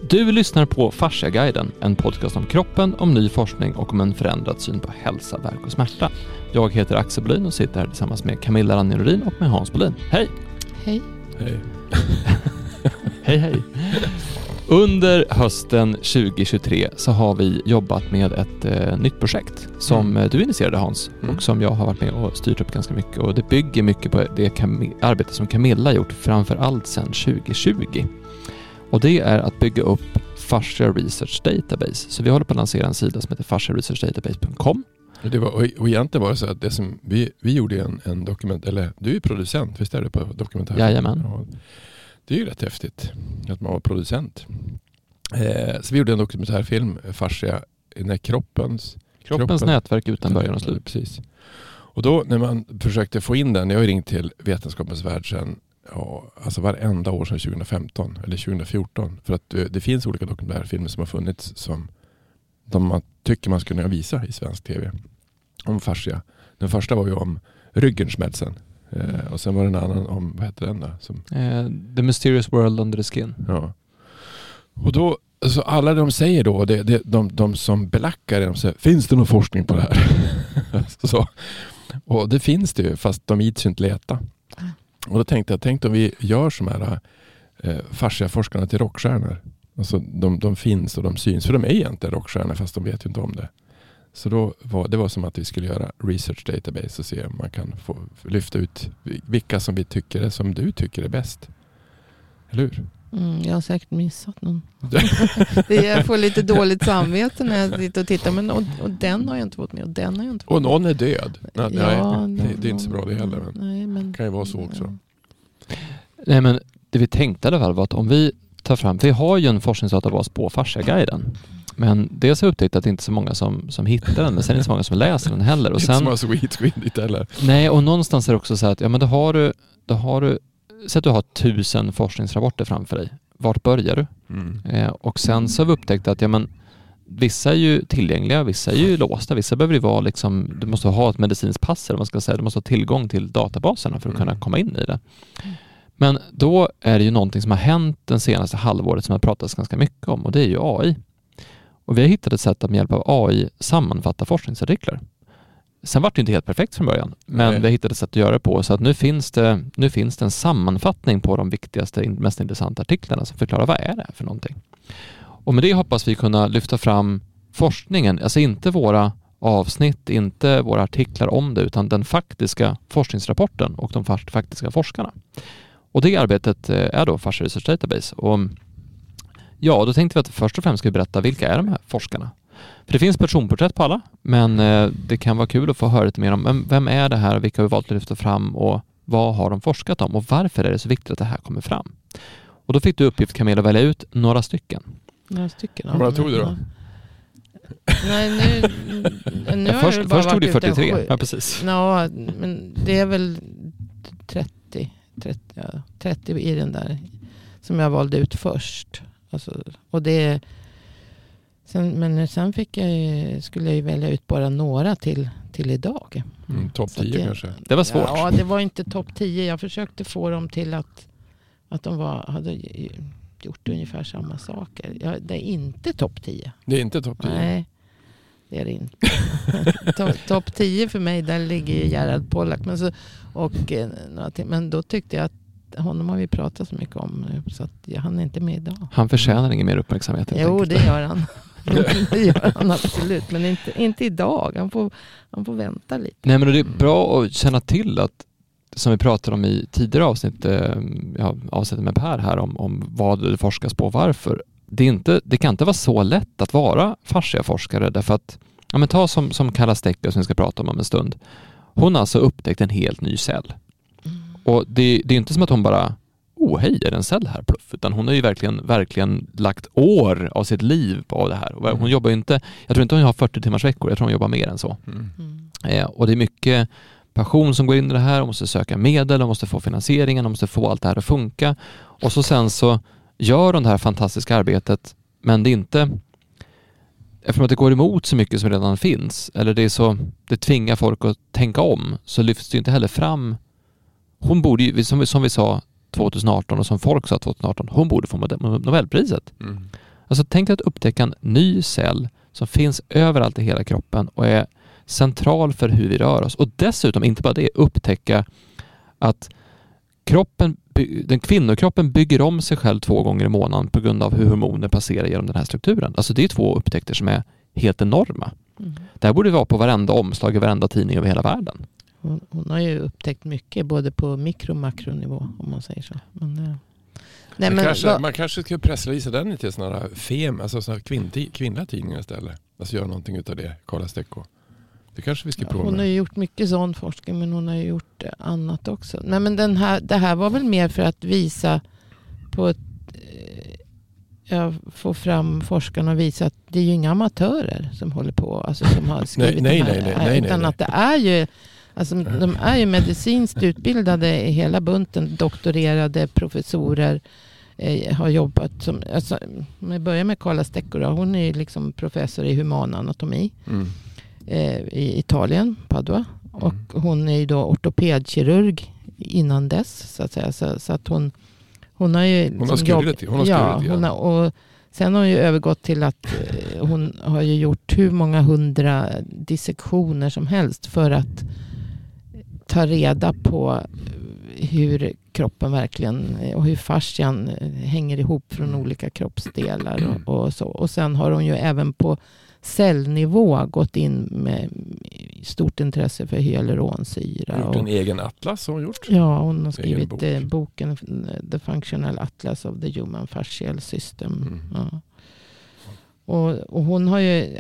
Du lyssnar på Fasciaguiden, en podcast om kroppen, om ny forskning och om en förändrad syn på hälsa, värk och smärta. Jag heter Axel Bolin och sitter här tillsammans med Camilla Ranjerodin och med Hans Bolin. Hej! Hej! Hej! Hej, hej! Under hösten 2023 så har vi jobbat med ett nytt projekt som du initierade, Hans, och som jag har varit med och styrt upp ganska mycket. Och det bygger mycket på det arbete som Camilla gjort framför allt sedan 2020. Och det är att bygga upp Fascia Research Database. Så vi håller på att lansera en sida som heter fasciaresearchdatabase.com. Och egentligen var det så att det som vi gjorde en dokument, eller du är producent, visst är det på dokumentär? Jajamän. Ja, det är ju rätt häftigt att man var producent. Så vi gjorde en dokumentärfilm, Fascia, när kroppens nätverk utan början och slut. Precis. Och då när man försökte få in den, jag har ju ringt till Vetenskapens värld sedan, alltså varenda år sedan 2015 eller 2014. För att det finns olika dokumentärfilmer som har funnits som man tycker man skulle kunna visa i svensk tv. Om fascia. Den första var ju om ryggenschmelzen. Och sen var det en annan om, vad heter den då? The Mysterious World Under the Skin. Ja. Och då, så alla de säger då, de som belackar det, de säger, finns det någon forskning på det här? Så. Och det finns det ju, fast de ids inte leta. Och då tänkte jag, om vi gör som här fasciaforskarna till rockstjärnor. Alltså de finns och de syns. För de är egentligen rockstjärnor fast de vet ju inte om det. Så då det var som att vi skulle göra research database och se om man kan få lyfta ut vilka som som du tycker är bäst. Eller hur? Jag har säkert missat någon. Jag får lite dåligt samvete när jag sitter och tittar. Men, och den har jag inte fått med. Och den har jag inte fått och med. någon är död. Nej, det är inte så bra det heller. Men kan ju vara så också. Nej, men det vi tänkte i alla fall var att om vi tar fram, vi har ju en forskningsdatabas på Fasciaguiden. Men dels har jag upptäckt att det inte är så måga som hittar den, men sen är det inte så många som läser den heller. Och sen, inte så många som hittar dit heller. Nej, och någonstans är det också så att, ja men då har du så att du har 1000 forskningsrapporter framför dig. Vart börjar du? Och sen så har vi upptäckt att, ja men vissa är ju tillgängliga, vissa är ju låsta, vissa behöver ju vara liksom, du måste ha ett medicinskt pass, eller man ska säga, du måste ha tillgång till databaserna för att kunna komma in i det. Men då är det ju någonting som har hänt den senaste halvåret som har pratats ganska mycket om, och det är ju AI. Och vi har hittat ett sätt att med hjälp av AI sammanfatta forskningsartiklar. Sen var det inte helt perfekt från början, men vi har hittat ett sätt att göra det på, så att nu finns det en sammanfattning på de viktigaste, mest intressanta artiklarna som förklarar vad är det här för någonting. Och med det hoppas vi kunna lyfta fram forskningen, alltså inte våra avsnitt, inte våra artiklar om det, utan den faktiska forskningsrapporten och de faktiska forskarna. Och det arbetet är då Fascia Research Database. Och ja, då tänkte vi att först och främst ska vi berätta vilka är de här forskarna. För det finns personporträtt på alla, men det kan vara kul att få höra lite mer om vem är det här, vilka har vi valt att lyfta fram och vad har de forskat om och varför är det så viktigt att det här kommer fram. Och då fick du uppgift, Camilla, välja ut några stycken. Några stycken? Hur många tog du då? Nej, nu har först tog du 43. Ja, precis. Ja, men det är väl 30 i den där som jag valde ut först. Alltså, och det men sen skulle jag ju välja ut bara några till idag. Topp 10 kanske. Det var svårt. Ja, det var inte topp 10. Jag försökte få dem till att de hade gjort ungefär samma saker. Ja, det är inte topp 10. Det är inte topp 10? Nej, det är det inte. Topp 10 för mig, där ligger Gerald Pollack. Men då tyckte jag att honom har vi pratat så mycket om nu, så att han är inte med idag. Han förtjänar ingen mer uppmärksamhet. Jo, det gör han. Det gör han absolut, men inte idag. Han får vänta lite. Nej, men det är bra att känna till att, som vi pratade om i tidigare avsnitt, avsnittet med Per här om vad det forskas på och varför. Det kan inte vara så lätt att vara fasciaforskare, därför att, ja men ta som Carla Stecker som vi ska prata om en stund. Hon har alltså upptäckt en helt ny cell. Och det är inte som att hon bara, hej, är det en cell här, pluff, utan hon har ju verkligen lagt år av sitt liv på det här. Och hon jobbar inte, jag tror inte hon har 40 timmars veckor, jag tror hon jobbar mer än så. Och det är mycket passion som går in i det här, hon måste söka medel, hon måste få finansieringen, hon måste få allt det här att funka. Och sen så gör hon det här fantastiska arbetet, men det är inte, eftersom att det går emot så mycket som redan finns, eller det tvingar folk att tänka om, så lyfts det inte heller fram. Hon borde ju, som vi sa 2018 och som folk sa 2018, hon borde få Nobelpriset. Alltså tänk att upptäcka en ny cell som finns överallt i hela kroppen och är central för hur vi rör oss. Och dessutom, inte bara det, upptäcka att den kvinnokroppen bygger om sig själv 2 gånger i månaden på grund av hur hormoner passerar genom den här strukturen. Alltså det är 2 upptäckter som är helt enorma. Det här borde vara på varenda omslag i varenda tidning över hela världen. Hon har ju upptäckt mycket både på mikro- och makronivå, om man säger så. Man kanske ska pressreleasa den till sådana här alltså sådana kvinnliga tidningar istället. Alltså göra någonting utav det, Carla Stecco. Det kanske vi ska prova. Hon har ju gjort mycket sån forskning, men hon har ju gjort annat också. Nej, men det här var väl mer för att visa på få fram forskarna och visa att det är ju inga amatörer som håller på, alltså som har skrivit nej, utan att det är ju, alltså de är ju medicinskt utbildade i hela bunten, doktorerade professorer, har jobbat som, alltså, om jag börjar med Carla Stecco då, hon är liksom professor i humananatomi i Italien, Padua, och hon är ju då ortopedkirurg innan dess, så att säga, så att hon har ju hon har skrivit det. Och sen har hon ju övergått till att hon har ju gjort hur många 100 dissektioner som helst för att ta reda på hur kroppen verkligen och hur fascian hänger ihop från olika kroppsdelar och så. Och sen har hon ju även på cellnivå gått in med stort intresse för hyaluronsyra. Gjort en egen atlas har hon gjort. Ja, hon har skrivit boken The Functional Atlas of the Human Fascial System. Ja. Och hon har ju,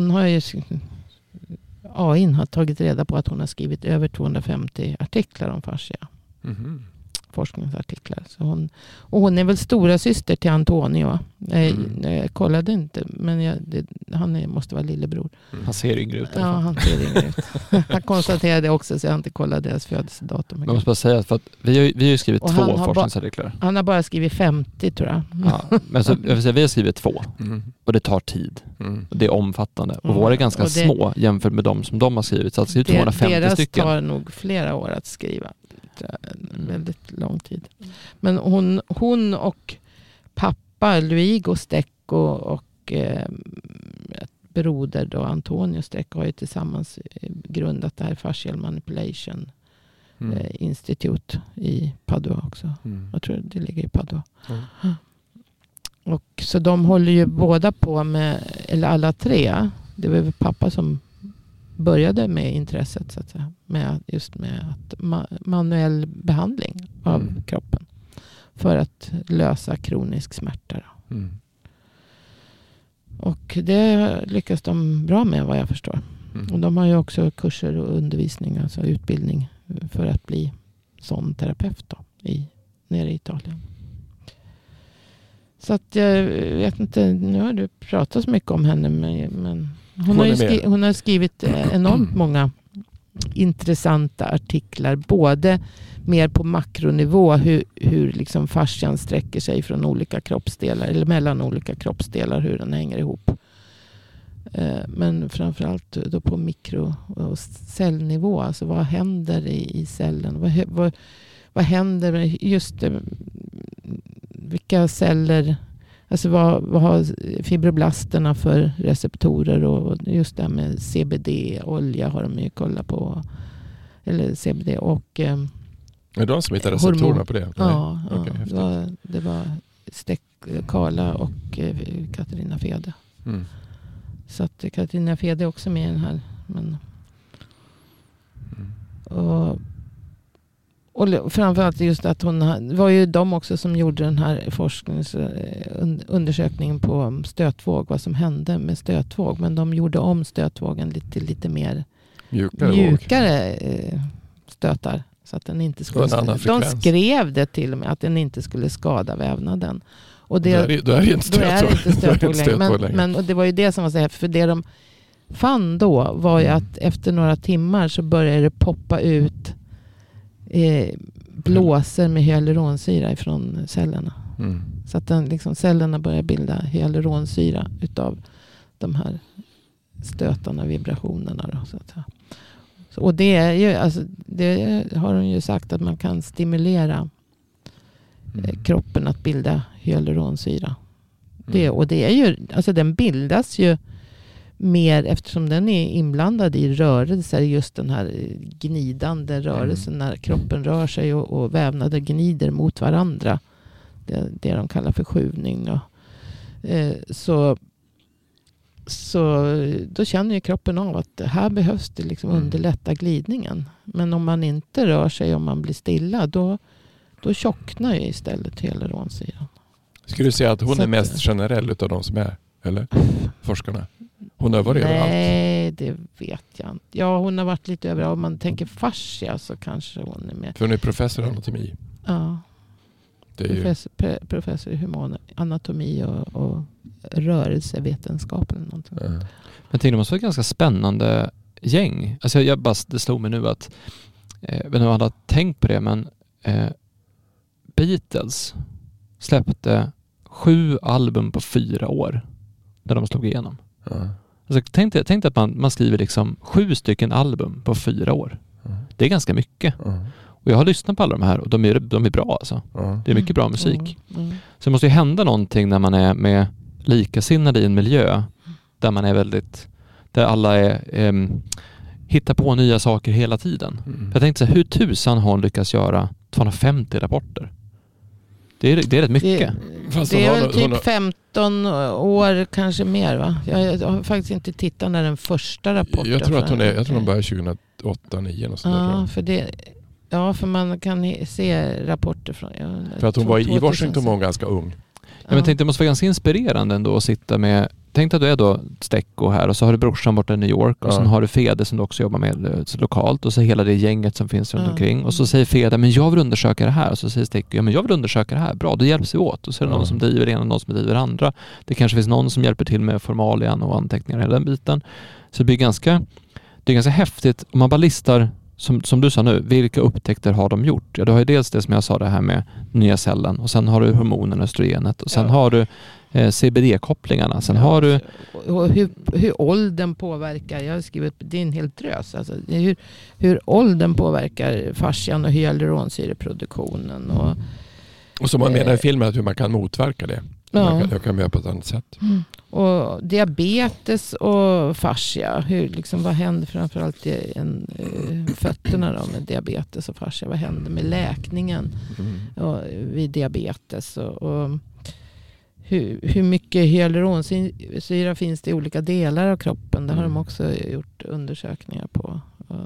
AI:n har tagit reda på att hon har skrivit över 250 artiklar om fascia. Forskningsartiklar. Så hon är väl stora syster till Antonio. Jag kollade inte, men han måste vara lillebror. Han ser yngre ut. Ja, han ser yngre ut. Han konstaterade också, så jag har inte kollat deras födelsedatum. Jag måste bara säga, för att vi har ju skrivit 2 forskningsartiklar. Han har bara skrivit 50, tror jag. Ja, men så, jag vill säga, vi har skrivit 2. Och det tar tid. Och det är omfattande. Och våra är ganska små jämfört med de som de har skrivit. Så att skrivit 250 stycken. Deras tar nog flera år att skriva. Väldigt lång tid. Men hon och pappa Luigo Stecco och broder då Antonio Stecco har ju tillsammans grundat det här Fascial Manipulation Institute i Padua också. Jag tror det ligger i Padua. Och så de håller ju båda på med, eller alla 3. Det var pappa som började med intresset, så att säga, med att manuell behandling av kroppen för att lösa kronisk smärta. Och det lyckas de bra med, vad jag förstår. Och de har ju också kurser och undervisning, alltså utbildning för att bli sån terapeut då, nere i Italien. Så att jag vet inte, nu har du pratat så mycket om henne, men hon har skrivit enormt många intressanta artiklar, både mer på makronivå, hur liksom fascian sträcker sig från olika kroppsdelar eller mellan olika kroppsdelar, hur den hänger ihop. Men framförallt då på mikro- och cellnivå, alltså vad händer i cellen? Vad händer med just vilka celler, alltså vad har fibroblasterna för receptorer, och just det här med CBD, olja har de ju kollat på, eller CBD och är det de som hittar receptorerna på det? Ja, det var Carla och Katarina Fede. Så att Katarina Fede är också med i den här. Men, och framförallt just att det var ju de också som gjorde den här undersökningen på stötvåg, vad som hände med stötvåg. Men de gjorde om stötvågen lite mer mjukare stötar. Så att den inte skulle de skrev det till och med, att den inte skulle skada vävnaden. Och då är det inte stötvåg längre. Men och det var ju det som var så här, för det de fann då var ju att efter några timmar så började det poppa ut blåser med hyaluronsyra ifrån cellerna. Så att cellerna börjar bilda hyaluronsyra utav de här stötarna, vibrationerna då, så att säga. Och det är ju, alltså, det har hon ju sagt, att man kan stimulera kroppen att bilda hyaluronsyra Och det är ju, alltså den bildas ju mer eftersom den är inblandad i rörelser, just den här gnidande rörelsen när kroppen rör sig och vävnader gnider mot varandra. Det de kallar för skjuvning då. Så då känner ju kroppen av att här behövs det liksom underlätta glidningen. Men om man inte rör sig, om man blir stilla, då tjocknar ju istället hyaluronsyran. Skulle du säga att hon är mest generell utav de som är, eller? Forskarna? Hon har varit överallt. Nej, det vet jag inte. Ja, hon har varit lite överallt. Om man tänker fascia så kanske hon är med. För hon är professor i anatomi. Ja. Det är professor i human anatomi och rörelsevetenskap eller någonting. Ja. Jag tänkte det måste vara ett ganska spännande gäng. Alltså det slog mig nu att jag vet inte om alla har tänkt på det, men Beatles släppte 7 album på 4 år när de slog igenom. Ja. Alltså, tänk att man skriver liksom 7 stycken album på 4 år. Det är ganska mycket. Och jag har lyssnat på alla de här och de är bra alltså. Det är mycket bra musik. Så det måste ju hända någonting när man är med likasinnade i en miljö där man är väldigt, där alla hittar på nya saker hela tiden. Jag tänkte så här, hur tusan har hon lyckats göra 250 rapporter? Det är rätt mycket. Det är väl typ 15 år, kanske mer, va? Jag har faktiskt inte tittat när den första rapporten. Jag tror att hon började 2008-2009 och sådär. För man kan se rapporter från... För att hon var i Washington var hon ganska ung. Ja, men jag tänkte det måste vara ganska inspirerande ändå att sitta med... Tänk att du är då Stecco här och så har du brorsan borta i New York och sen har du Fede som du också jobbar med lokalt och så hela det gänget som finns runt omkring. Och så säger Fede, men jag vill undersöka det här. Och så säger Stecco, ja men jag vill undersöka det här. Bra, då hjälps vi åt. Och så är det någon som driver det ena och någon som driver det andra. Det kanske finns någon som hjälper till med formalian och anteckningar och hela den biten. Så det blir ganska häftigt om man bara listar, som du sa nu, vilka upptäckter har de gjort? Ja, du har ju dels det som jag sa, det här med nya cellen och sen har du hormonen, östrogenet och sen har du CBD-kopplingarna. Sen har du... Och hur åldern påverkar, jag har skrivit, det är en helt drös. Alltså, hur åldern påverkar fascian och hyaluronsyreproduktionen. Och som man menar i filmen, att hur man kan motverka det. Jag kan göra på ett annat sätt. Och diabetes och fascia, vad händer framförallt i fötterna då med diabetes och fascia? Vad händer med läkningen vid diabetes? Och hur mycket hyaluronsyra finns det i olika delar av kroppen? Det har de också gjort undersökningar på.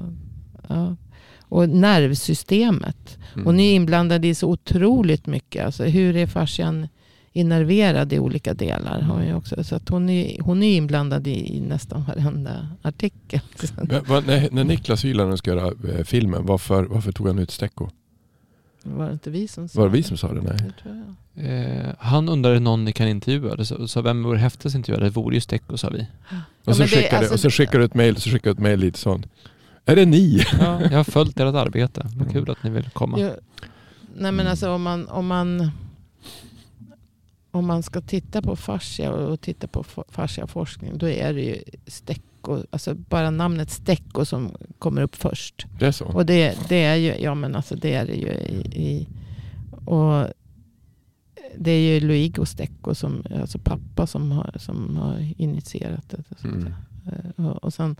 Och nervsystemet. Hon är inblandad i så otroligt mycket. Alltså, hur är fascian innerverad i olika delar? Har jag också. Så att hon är inblandad i nästan varenda artikel. När Niklas Hyland ska göra filmen, varför tog han ut Stecco? Var det inte vi som sa det? Var det vi som sa det? Nej. Det tror jag. Han undrade någon ni kan intervjua. Så vem vore häftigast intervjua? Det vore ju Stecco, sa vi. Och så skickar du ett mejl lite sånt. Är det ni? Ja, jag har följt ert arbete. Vad kul att ni vill komma. Nej, men alltså om man ska titta på fascia och titta på fasciaforskning, då är det ju Stecco, alltså bara namnet Stecco som kommer upp först. Det är så. Och det är ju, det är det ju och det är ju Luigi Stecco som, alltså pappa som har initierat det. Och sen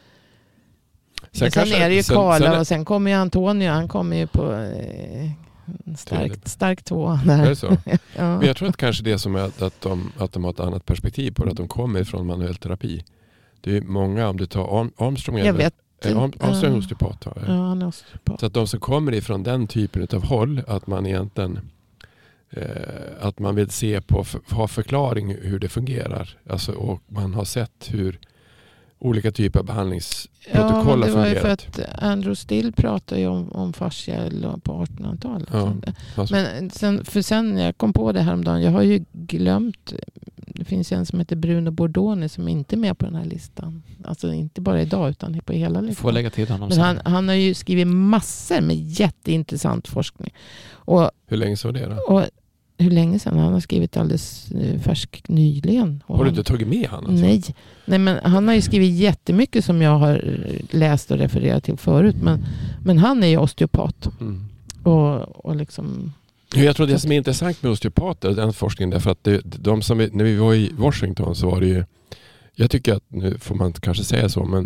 är det ju Carla och sen kommer ju Antonio, han kommer ju på starkt 2 där. Är det så? Ja. Men jag tror att kanske det som är att de har ett annat perspektiv på det, att de kommer från manuell terapi. Det är många, om du tar Armstrong, Armstrong osteopat. Ja, han är osteopat. Så att de som kommer ifrån den typen av håll, att man egentligen att man vill se på, ha förklaring hur det fungerar. Alltså, och man har sett hur olika typer av behandlingsprotokoll har fungerat. Ja, det var ju för att Andrew Still pratade ju om fascia på 1800-talet. Ja, alltså. Men sen jag kom på det här om dagen, jag har ju glömt, det finns en som heter Bruno Bordoni som inte är med på den här listan. Alltså inte bara idag utan på hela listan. Får lägga till honom. Men han har ju skrivit massor med jätteintressant forskning. Hur länge så det då? Och hur länge sedan? Han har skrivit alldeles färsk nyligen. Har du inte tagit med han? Alltså? Nej, men han har ju skrivit jättemycket som jag har läst och refererat till förut. Men han är ju osteopat. Och liksom Jag tror det som är intressant med osteopater, den forskningen, därför att när vi var i Washington så var det ju, jag tycker att, nu får man kanske säga så, men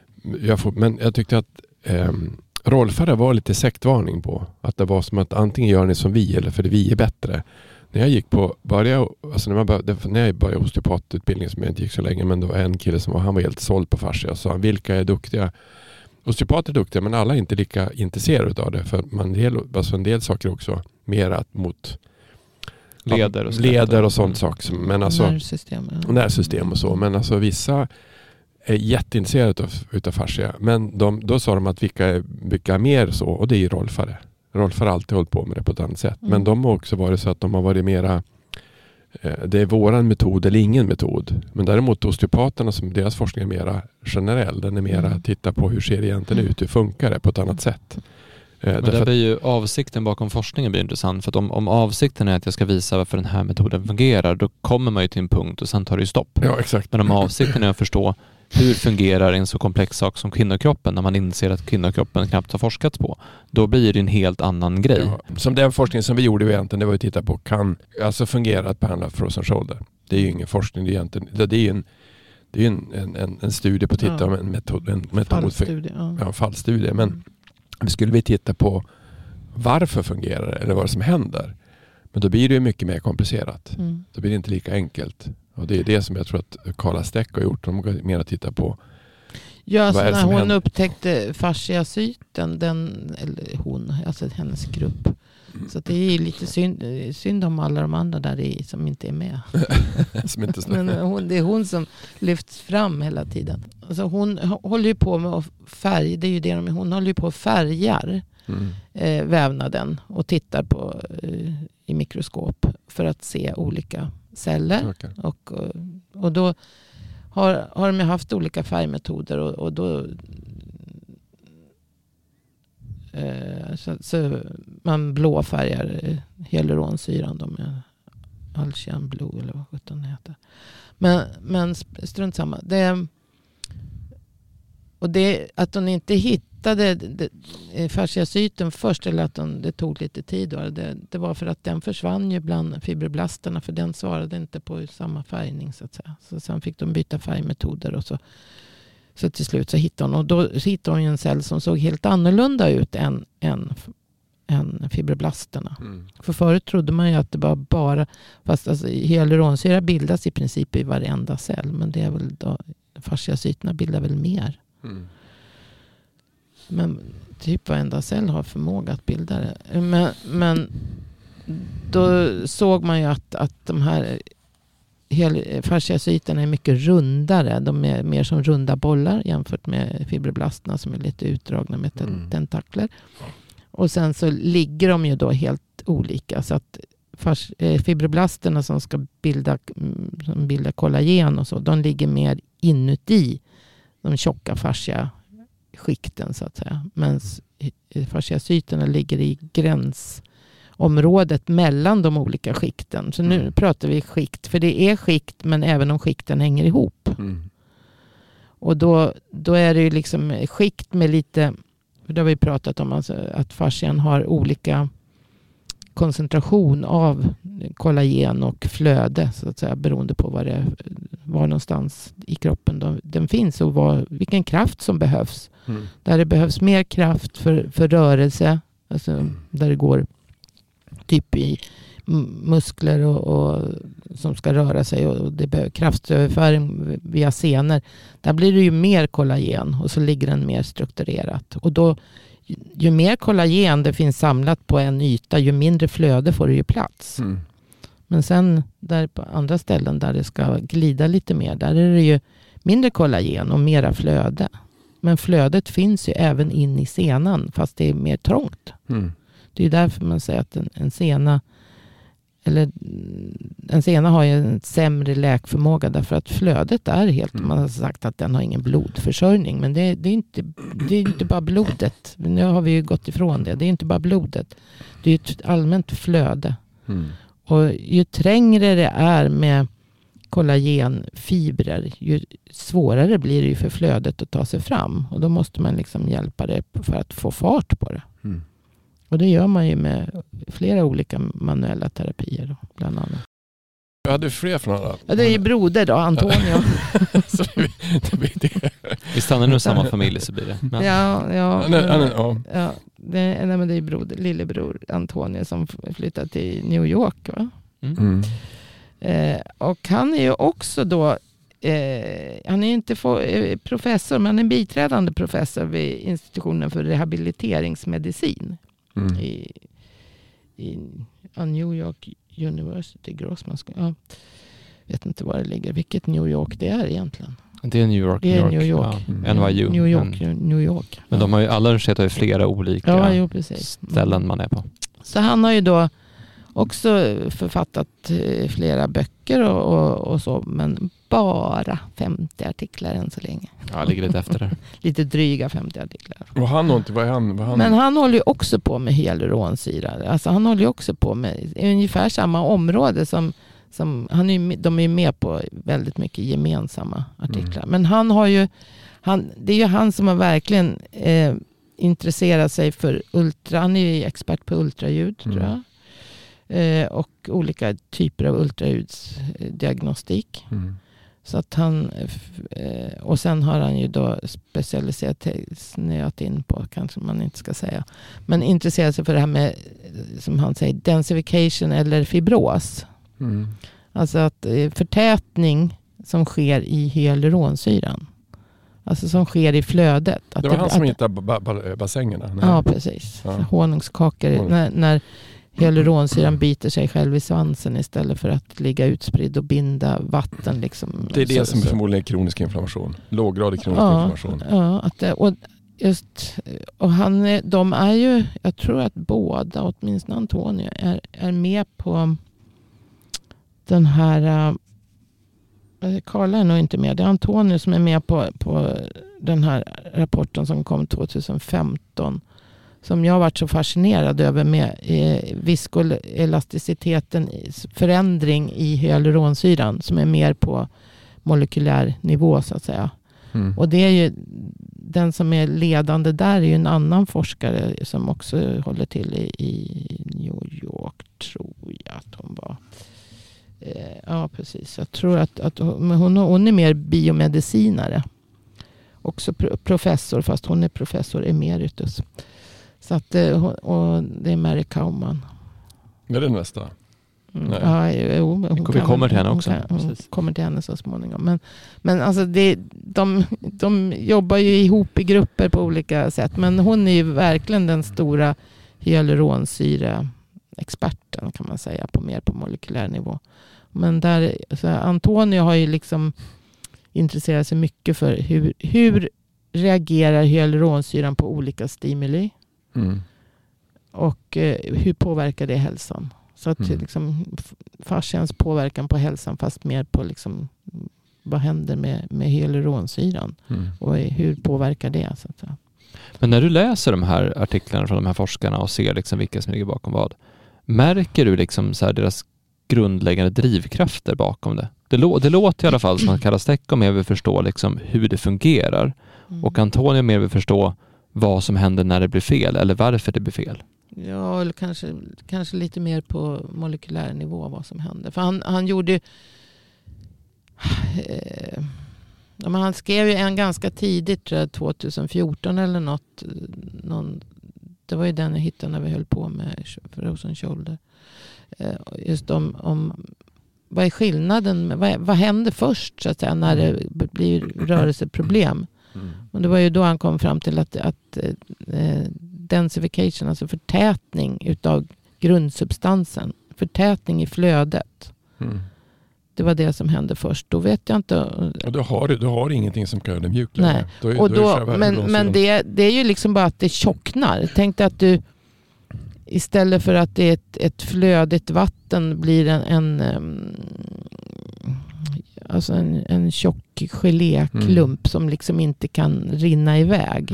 jag tyckte att rollfärre var lite sektvarning på. Att det var som att antingen gör ni som vi eller för vi är bättre. När jag gick på, när jag började osteopatutbildning som jag inte gick så länge, men då var en kille som han var helt såld på fascia och sa, vilka är duktiga? Osteopater är duktiga, men alla är inte lika intresserade av det. För en del saker också mer mot leder och sånt saker. Men alltså, nervsystem och så. Men alltså vissa är jätteintresserade utav fascia. Men då sa de att vilka är mer så, och det är ju rollfare. Rollfare har alltid hållit på med det på ett annat sätt. Men de har också varit så att de har varit mera, det är våran metod eller ingen metod. Men däremot osteopaterna, som deras forskning är mera generell. Den är mera titta på hur ser det egentligen ut, hur funkar det på ett annat sätt. Men där blir ju avsikten bakom forskningen blir intressant. För att om avsikten är att jag ska visa varför den här metoden fungerar, då kommer man ju till en punkt och sen tar det ju stopp. Ja, exakt. Men om avsikten är att förstå hur fungerar en så komplex sak som kvinnokroppen, när man inser att kvinnokroppen knappt har forskats på, då blir det en helt annan grej. Ja, som den forskning som vi gjorde egentligen, det var att titta på fungera att behandla frozen shoulder. Det är ju ingen forskning, det är egentligen, det är en studie på att titta om en metod fallstudie, en fallstudie. Men skulle vi titta på varför fungerar det eller vad som händer, men då blir det ju mycket mer komplicerat. Då blir det inte lika enkelt. Och det är det som jag tror att Carla Steck har gjort. De har mer att titta på. Ja, så när hon upptäckte fasciacyten, alltså hennes grupp. Så det är lite synd om alla de andra där som inte är med. Som inte men det är hon som lyfts fram hela tiden. Alltså hon håller ju på med färg. Det är ju det hon håller ju på och färgar vävnaden och tittar på i mikroskop för att se olika celler. Okay. Och då har de haft olika färgmetoder och då så man blåfärgar hyaluronsyran då med Alcian Blue eller vad sjutton heter. Men strunt samma. Det att hon inte hittade fasciacyten först, eller att det tog lite tid då, det var för att den försvann ju bland fibroblasterna, för den svarade inte på samma färgning så att säga. Så sen fick de byta färgmetoder och så till slut så hittade hon, och då hittade hon en cell som såg helt annorlunda ut än fibroblasterna. För förut trodde man ju att det var bara, fast alltså, hyaluronsyra bildas i princip i varenda cell, men det är väl då, fasciacyterna bildar väl mer. Men typ varenda cell har förmåga att bilda det. Men då såg man ju att de här fasciacyterna är mycket rundare. De är mer som runda bollar jämfört med fibroblasterna som är lite utdragna med tentakler. Och sen så ligger de ju då helt olika. Så att fibroblasterna som ska bilda kollagen och så, de ligger mer inuti de tjocka fasciaskikten så att säga. Men fasciacyterna ligger i gränsområdet mellan de olika skikten. Så nu pratar vi skikt, för det är skikt, men även om skikten hänger ihop. Och då är det ju liksom skikt med lite, för det har vi pratat om, alltså att fascian har olika koncentration av kollagen och flöde så att säga, beroende på var någonstans i kroppen den finns och vilken kraft som behövs. Där det behövs mer kraft för rörelse, alltså där det går typ i muskler och som ska röra sig, och det behövs kraftöverföring via senor. Där blir det ju mer kollagen och så ligger den mer strukturerat. Och då, ju mer kollagen det finns samlat på en yta, ju mindre flöde får det ju plats. Men sen där på andra ställen där det ska glida lite mer, där är det ju mindre kollagen och mera flöde. Men flödet finns ju även in i senan, fast det är mer trångt. Det är ju därför man säger att en sena har ju en sämre läkförmåga, därför att flödet är helt, man har sagt att den har ingen blodförsörjning, men det är inte bara blodet. Nu har vi ju gått ifrån det. Det är inte bara blodet. Det är ett allmänt flöde. Och ju trängre det är med kollagenfibrer, ju svårare blir det ju för flödet att ta sig fram. Och då måste man liksom hjälpa det för att få fart på det. Och det gör man ju med flera olika manuella terapier då, bland annat. Jag hade fler från alla. Ja, det är ju broder då, Antonio. Så vi stannar nu i samma familj så blir det. Men. Ja, det är ju lillebror Antonio som flyttade till New York, va? Och han är ju också då han är inte professor, men han är biträdande professor vid institutionen för rehabiliteringsmedicin i New York University, Grossman. Jag vet inte var det ligger, vilket New York det är egentligen. Det är New York. Det är New York. Ja. NYU. New York. Men de har ju, alla universitet har ju flera olika precis. Ställen man är på. Så han har ju då också författat flera böcker och så, men bara 50 artiklar än så länge. Ja, ligger lite efter där. Lite dryga 50 artiklar. Och vad är han? Men han håller ju också på med hyaluronsyra. Alltså han håller ju också på med ungefär samma område som de är ju med på väldigt mycket gemensamma artiklar. Men han har ju, det är ju han som har verkligen intresserat sig för han är ju expert på ultraljud, tror jag. Och olika typer av ultraljudsdiagnostik. Så att han, och sen har han ju då snöat in på, kanske man inte ska säga, men intresserat sig för det här med, som han säger, densification eller fibros. Alltså att förtätning som sker i hyaluronsyran. Alltså som sker i flödet. Att det var han som hittade bassängerna? Ja, precis. Ja. Honungskakor. När hyaluronsyran biter sig själv i svansen istället för att ligga utspridd och binda vatten. Liksom. Det är det som förmodligen är kronisk inflammation. Låggradig kronisk inflammation. Ja, och de är ju, jag tror att båda, åtminstone Antonio, är med på den här, Carla är nog inte med. Det är Antonio som är med på den här rapporten som kom 2015. Som jag har varit så fascinerad över med viskoelasticiteten, förändring i hyaluronsyran som är mer på molekylär nivå så att säga. Och det är ju den som är ledande där är ju en annan forskare som också håller till i New York, tror jag att hon var. Ja, precis. Jag tror att hon är mer biomedicinare. Också professor, fast hon är professor emeritus. Så att, och det är Mary Kauman. Är det nästa? Vi kommer till henne också. Hon kommer till henne så småningom. Men alltså de jobbar ju ihop i grupper på olika sätt. Men hon är ju verkligen den stora hyaluronsyra-experten kan man säga. Mer på molekylär nivå. Men där, så Antonio har ju liksom intresserat sig mycket för hur reagerar hyaluronsyran på olika stimuli. Och hur påverkar det hälsan? Så att liksom fascians påverkan på hälsan fast mer på liksom vad händer med hyaluronsyran och hur påverkar det så att säga. Men när du läser de här artiklarna från de här forskarna och ser liksom vilka som ligger bakom vad, märker du liksom så här deras grundläggande drivkrafter bakom det? Det låter i alla fall som att Carla Stecco mer vill förstå liksom hur det fungerar och Antonio mer vill förstå vad som händer när det blir fel eller varför det blir fel. Ja, eller kanske lite mer på molekylär nivå vad som händer. För han gjorde han skrev ju en ganska tidigt, tror jag, 2014 eller något. Det var ju den jag hittade när vi höll på med Frozen Shoulder. Just om vad är skillnaden, vad händer först så att säga, när det blir rörelseproblem. Och det var ju då han kom fram till att densification, alltså förtätning utav grundsubstansen, förtätning i flödet. Det var det som hände först. Då vet jag inte. Och då har ingenting som kan göra det mjukt. Nej. Men det är ju liksom bara att det tjocknar. Tänk dig att du istället för att det är ett flödigt vatten blir en tjock geléklump som liksom inte kan rinna iväg.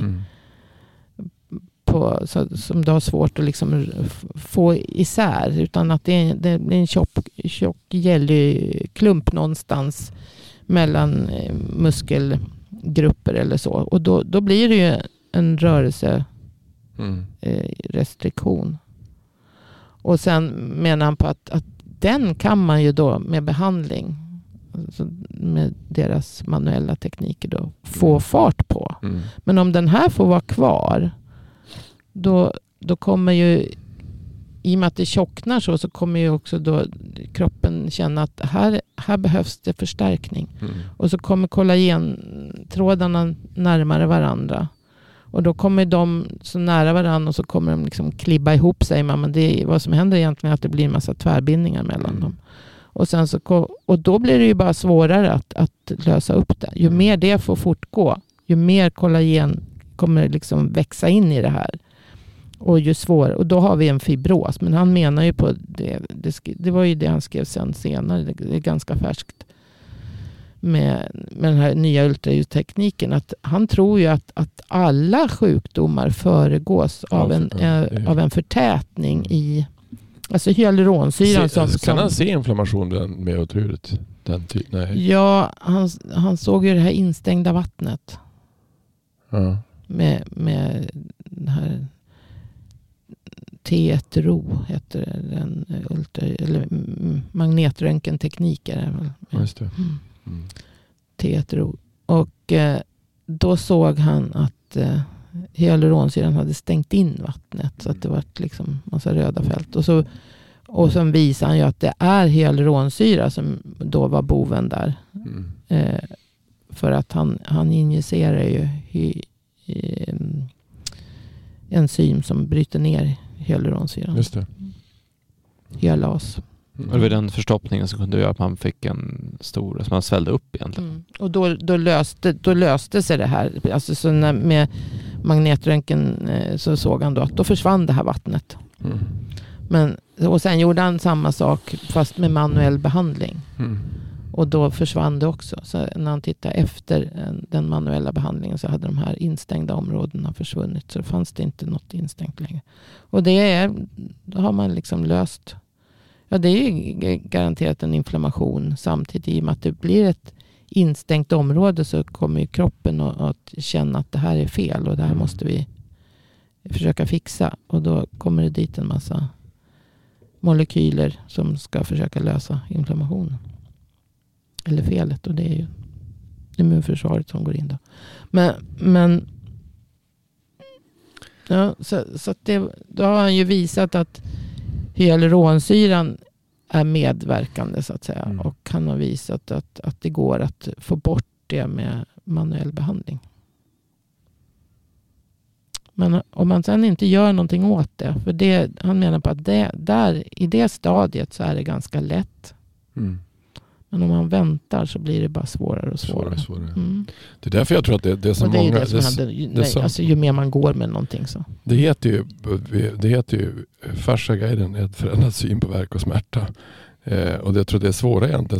Som du har svårt att liksom få isär, utan att det är en tjock jellyklump någonstans mellan muskelgrupper eller så. Och då blir det ju en rörelse restriktion. Och sen menar han på att den kan man ju då med behandling, alltså med deras manuella tekniker då, få fart på. Men om den här får vara kvar, då kommer ju, i och med att det tjocknar så kommer ju också då kroppen känna att här behövs det förstärkning. Och så kommer kollagentrådarna närmare varandra. Och då kommer de så nära varandra och så kommer de liksom klibba ihop sig. Men vad som händer egentligen är att det blir en massa tvärbindningar mellan dem. Och, sen och då blir det ju bara svårare att lösa upp det. Ju mer det får fortgå, ju mer kollagen kommer liksom växa in i det här. Och ju svårare. Och då har vi en fibros. Men han menar ju på det var ju det han skrev senare. Det är ganska färskt. Med den här nya ultraljudtekniken, att han tror ju att alla sjukdomar föregås av en förtätning i, alltså hyaluronsyran. Kan han se inflammation med ultraljudet? Nej. Ja, han såg ju det här instängda vattnet. Ja. Med den här T1-RO heter den, eller magnetröntgenteknik är det väl. Just det. T1-RO. Och då såg han att hyaluronsyran hade stängt in vattnet, så att det var liksom massa röda fält. Och så visade han ju att det är hyaluronsyra som då var boven där. För att han injicerar ju enzym som bryter ner hyaluronsyran. Just det. Hyalas. Och det var den förstoppningen som kunde göra att man fick en stor, att man svällde upp egentligen. Och då löste sig det här. Alltså så med magnetröntgen så såg han då att då försvann det här vattnet. Och sen gjorde han samma sak fast med manuell behandling. Och då försvann det också. Så när han tittade efter den manuella behandlingen så hade de här instängda områdena försvunnit. Så fanns det inte något instängt längre. Och då har man liksom löst. Ja, det är ju garanterat en inflammation samtidigt. I och med att det blir ett instängt område så kommer ju kroppen att känna att det här är fel och det här måste vi försöka fixa. Och då kommer det dit en massa molekyler som ska försöka lösa inflammationen. Eller felet, och det är ju immunförsvaret som går in då. Men ja, så att då har han ju visat att hyaluronsyran är medverkande så att säga. Och han har visat att det går att få bort det med manuell behandling. Men om man sen inte gör någonting åt det, för han menar på att i det stadiet så är det ganska lätt. Men om man väntar så blir det bara svårare och svårare. Det är därför jag tror att det är så många. Det är alltså ju mer man går med någonting så. Det heter ju Fasciaguiden, ett förändrat syn på värk och smärta. Och jag tror det är svåra egentligen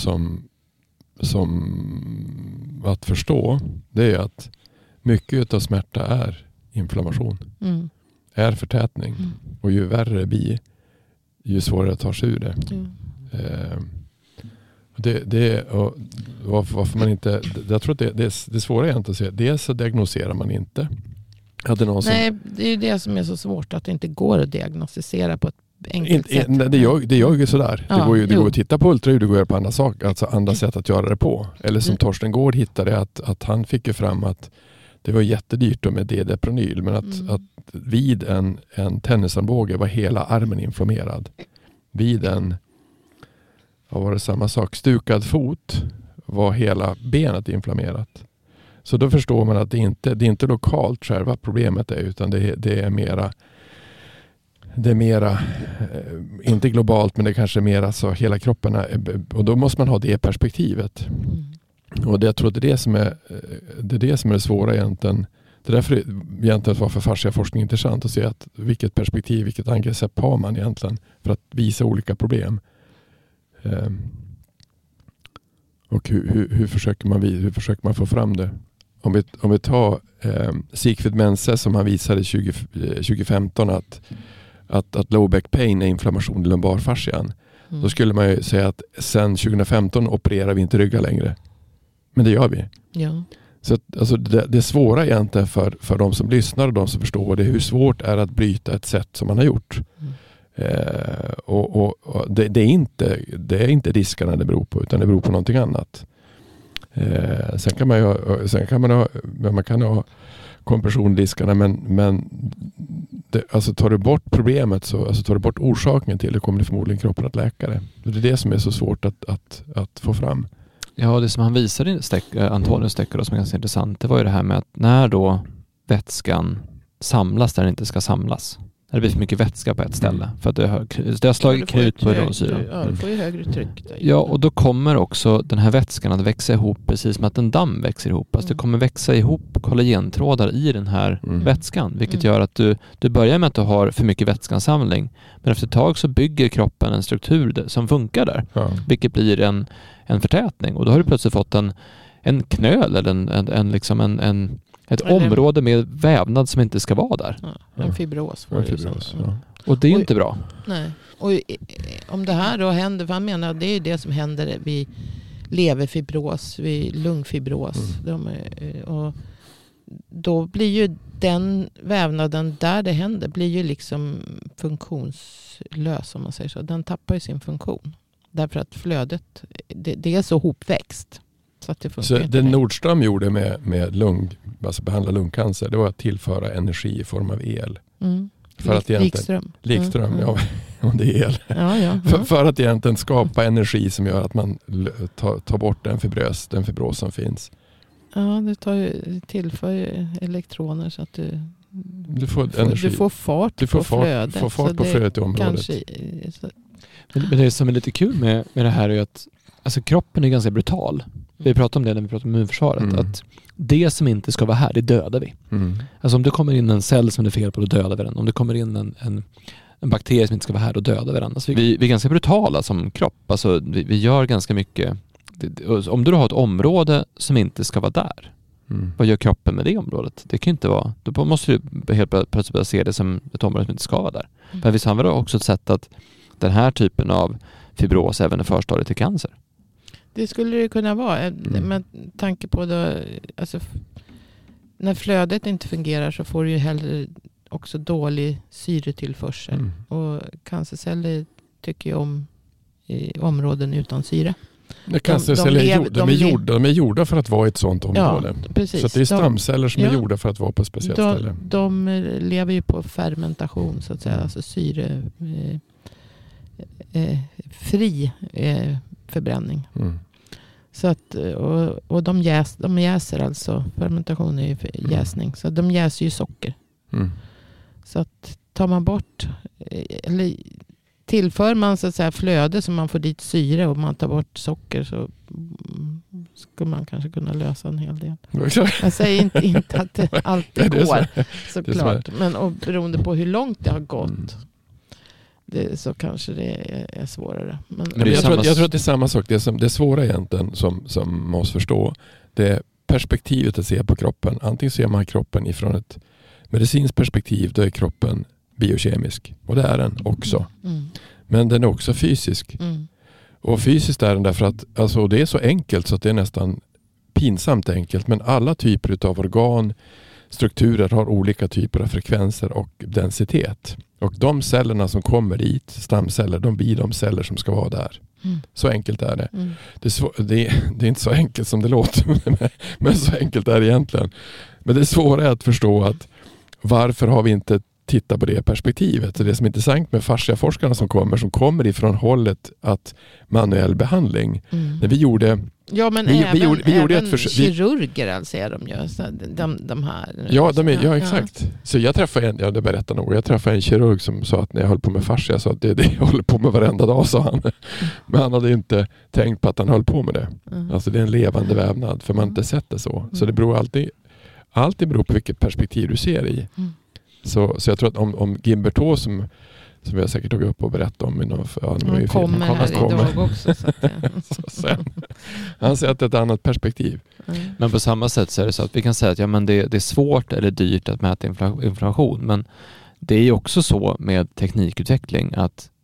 som att förstå. Det är att mycket av smärta är inflammation. Är förtätning. Och ju värre det blir, ju svårare att ta sig ur det. Och varför man inte, jag tror att det svåra egentligen att säga. Dels så diagnoserar man inte. Det är ju det som är så svårt, att det inte går att diagnostisera på ett enkelt sätt. Det gör ju sådär. Ja, det går att titta på ultraljud, det går på andra saker, alltså andra sätt att göra det på. Eller som Torsten Gård hittade, att han fick ju fram att det var jättedyrt med D-depronyl, men att vid en tennisarmbåge var hela armen inflammerad. Vid var det samma sak. Stukad fot var hela benet inflammerat. Så då förstår man att det är inte lokalt själva problemet är, utan det är mera inte globalt, men det kanske är mera så hela kroppen och då måste man ha det perspektivet. Och det jag tror det är det som är det svåra egentligen. Det är därför egentligen var för fasciaforskning intressant att se att vilket perspektiv, vilket angreppssätt har man egentligen för att visa olika problem. Och hur försöker man få fram det? Om vi tar Siegfried Mense som han visade 2015 att low back pain är inflammation i lumbarfascian. Då skulle man ju säga att sen 2015 opererar vi inte ryggar längre. Men det gör vi. Ja. Så att, alltså det svåra egentligen för de som lyssnar och de som förstår det är hur svårt det är att bryta ett sätt som man har gjort. Och det är inte riskerna det beror på, utan det beror på någonting annat. Sen kan man ha kompressionsriskerna, men alltså tar du bort problemet, så alltså tar du bort orsaken till det, kommer det förmodligen kroppen att läka det. Det är det som är så svårt att få fram. Ja, det som han visade i Antonius Stecker som är ganska intressant, det var ju det här med att när då vätskan samlas där den inte ska samlas. Det blir för mycket vätska på ett ställe. För att det har slagit krut på hydrogensyran. Ja, du får ju högre tryck. Där. Ja, och då kommer också den här vätskan att växa ihop precis som att en damm växer ihop. Alltså det kommer växa ihop kollagentrådar i den här vätskan. Vilket gör att du börjar med att du har för mycket vätskansamling. Men efter ett tag så bygger kroppen en struktur som funkar där. Ja. Vilket blir en förtätning. Och då har du plötsligt fått en knöl eller ett område med vävnad som inte ska vara där. Ja, en fibros. Ja. Och det är ju inte bra. Nej. Och om det här då händer, för han menar det är ju det som händer vid leverfibros, vid lungfibros. Och då blir ju den vävnaden där det händer blir ju liksom funktionslös, om man säger så. Den tappar ju sin funktion. Därför att flödet, det är så hopväxt. Så det Nordström gjorde med behandla lungcancer, det var att tillföra energi i form av el. För att Likström, ja, om det är el. Ja. För att egentligen skapa energi som gör att man tar bort den fibros som finns. Ja, det tillför ju elektroner så att du får fart på flödet. Du får fart på flödet i området. Men det som är lite kul med det här är att alltså kroppen är ganska brutal. Vi pratar om det när vi pratar om immunförsvaret. Att det som inte ska vara här, det dödar vi. Alltså om det kommer in en cell som är fel på, då dödar vi den. Om det kommer in en bakterie som inte ska vara här, då dödar vi den. Alltså vi är ganska brutala som kropp. Alltså vi gör ganska mycket. Om du har ett område som inte ska vara där, vad gör kroppen med det området? Det kan inte vara. Då måste du helt plötsligt börja se det som ett område som inte ska vara där. Men visst har vi också ett sätt att den här typen av fibros även är förstadiet till cancer. Det skulle det kunna vara. Med tanke på då, alltså, när flödet inte fungerar så får du ju hellre också dålig syretillförsel. Och cancerceller tycker ju om i områden utan syre. De är gjorda för att vara i ett sådant område. Ja, precis. Så att det är stamceller som är gjorda för att vara på ett speciellt ställe. De lever ju på fermentation så att säga. Alltså syre fri förbränning. Så att, och de jäser alltså. Fermentation är ju jäsning. Så de jäser ju socker. Så att tar man bort eller tillför man så att säga flöde så man får dit syre och man tar bort socker, så skulle man kanske kunna lösa en hel del. Jag säger inte att det alltid går såklart. Men och beroende på hur långt det har gått så kanske det är svårare. Men jag tror att det är samma sak. Det svåra egentligen som man måste förstå, det är perspektivet att se på kroppen. Antingen ser man kroppen ifrån ett medicinskt perspektiv, då är kroppen biokemisk. Och det är den också. Men den är också fysisk. Och fysiskt är den därför att alltså, det är så enkelt så att det är nästan pinsamt enkelt. Men alla typer av organ, strukturer har olika typer av frekvenser och densitet. Och de cellerna som kommer dit, stamceller, de blir de celler som ska vara där. Så enkelt är det. Det är inte så enkelt som det låter, men så enkelt är det egentligen. Men det svåra är att förstå att varför har vi inte tittat på det perspektivet. Så det som är intressant med fasciaforskarna som kommer ifrån hållet att manuell behandling. När vi gjorde... Ja, men även kirurger alltså är de ju. De här... Ja, exakt. Så jag träffade en kirurg som sa att när jag höll på med fascia, så att det är det jag håller på med varenda dag, sa han. Men han hade inte tänkt på att han höll på med det. Alltså det är en levande vävnad, för man inte sett det så. Så det beror alltid beror på vilket perspektiv du ser i. Så jag tror att om Gimberto som vi har säkert tagit upp och berättat om i någon han kommer här idag också. Så att, han säger att det är ett annat perspektiv. Men på samma sätt så är det så att vi kan säga att det är svårt eller dyrt att mäta inflammation. Men det är ju också så med teknikutveckling att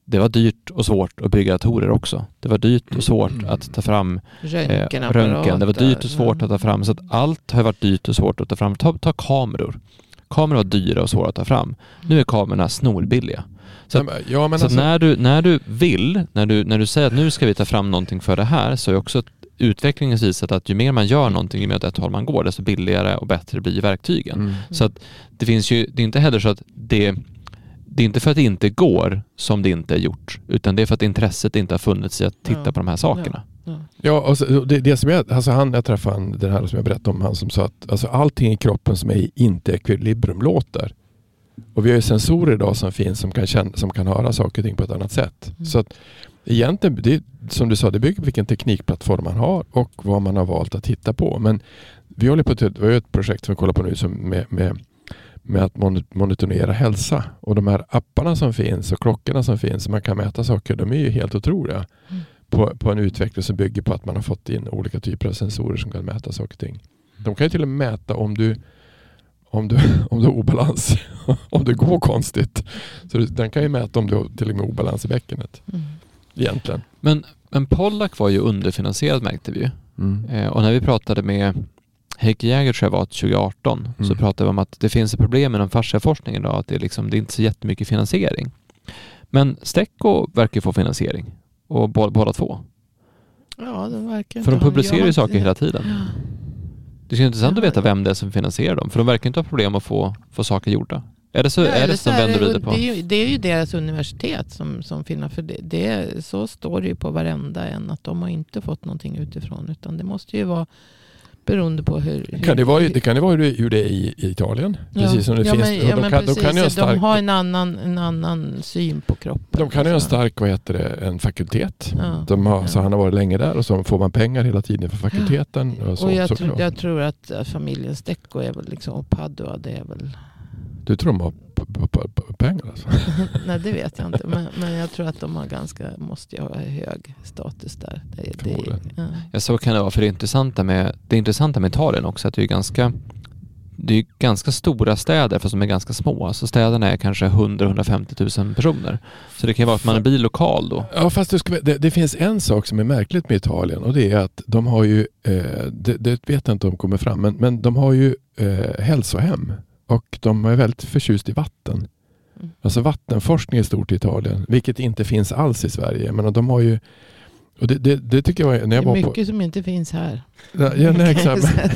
det var dyrt och svårt att bygga datorer också. Det var dyrt och svårt att ta fram röntgen. Det var dyrt och svårt att ta fram. Så att allt har varit dyrt och svårt att ta fram. Ta kameror. Kameror var dyra och svåra att ta fram. Nu är kamerorna snorbilliga. Så, så när du vill, när du säger att nu ska vi ta fram någonting för det här, så är också utvecklingen visat att ju mer man gör någonting, ju mer åt ett håll man går, desto billigare och bättre blir verktygen. Så att det finns ju, det är inte heller så att det är inte för att det inte går som det inte är gjort, utan det är för att intresset inte har funnits i att titta på de här sakerna. Ja, alltså, det som jag träffade den här som jag berättade om, han som sa att alltså, allting i kroppen som är inte ekvilibrium låter. Och vi har ju sensorer idag som finns som kan höra saker och ting på ett annat sätt. Så att egentligen, det, som du sa, det bygger på vilken teknikplattform man har och vad man har valt att titta på. Men vi håller på vi har ett projekt som vi kollar på nu som med att monitorera hälsa. Och de här apparna som finns och klockorna som finns, som man kan mäta saker, de är ju helt otroliga. På en utveckling som bygger på att man har fått in olika typer av sensorer som kan mäta saker och ting. De kan ju till och med mäta om du har obalans, om det går konstigt. Så den kan ju mäta om du har till och med obalans i bäckenet. Egentligen. Men Pollack var ju underfinansierad, märkte vi ju. Och när vi pratade med Heike Jäger, tror jag var 2018, så pratade vi om att det finns ett problem med den fasciaforskningen idag, att det är inte så jättemycket finansiering. Men Stecco verkar få finansiering. Och båda två. Ja, det verkar. För de publicerar ju saker hela tiden. Det är intressant att veta vem det är som finansierar dem. För de verkar inte ha problem att få saker gjorda. Är det så, är det som vänder vidare på? Det är ju deras universitet som finns. För det, så står det ju på varenda en, att de har inte fått någonting utifrån. Utan det måste ju vara beroende på hur... Det kan vara hur det är i Italien. Precis som det finns. De har en annan syn på kroppen. De kan ju ha en stark, en fakultet. Så han har varit länge där och så får man pengar hela tiden för fakulteten. Och jag tror att familjen Stecco är väl liksom, och Padua, det är väl... Du tror de har pengar alltså? Nej, det vet jag inte. Men jag tror att de har måste ha hög status där. Ja, så kan det vara. För det intressanta med Italien också, att det är ganska stora städer, fast de är ganska små. Alltså städerna är kanske 100-150 000 personer. Så det kan vara att man blir lokal då. Ja, fast det finns en sak som är märkligt med Italien, och det är att de har ju, det vet jag inte om de kommer fram, men de har ju hälsohem. Och de är väldigt förtjust i vatten. Alltså vattenforskning är stort i Italien. Vilket inte finns alls i Sverige. Men de har ju... Och det tycker jag... När jag det är mycket som inte finns här. Nej, exakt.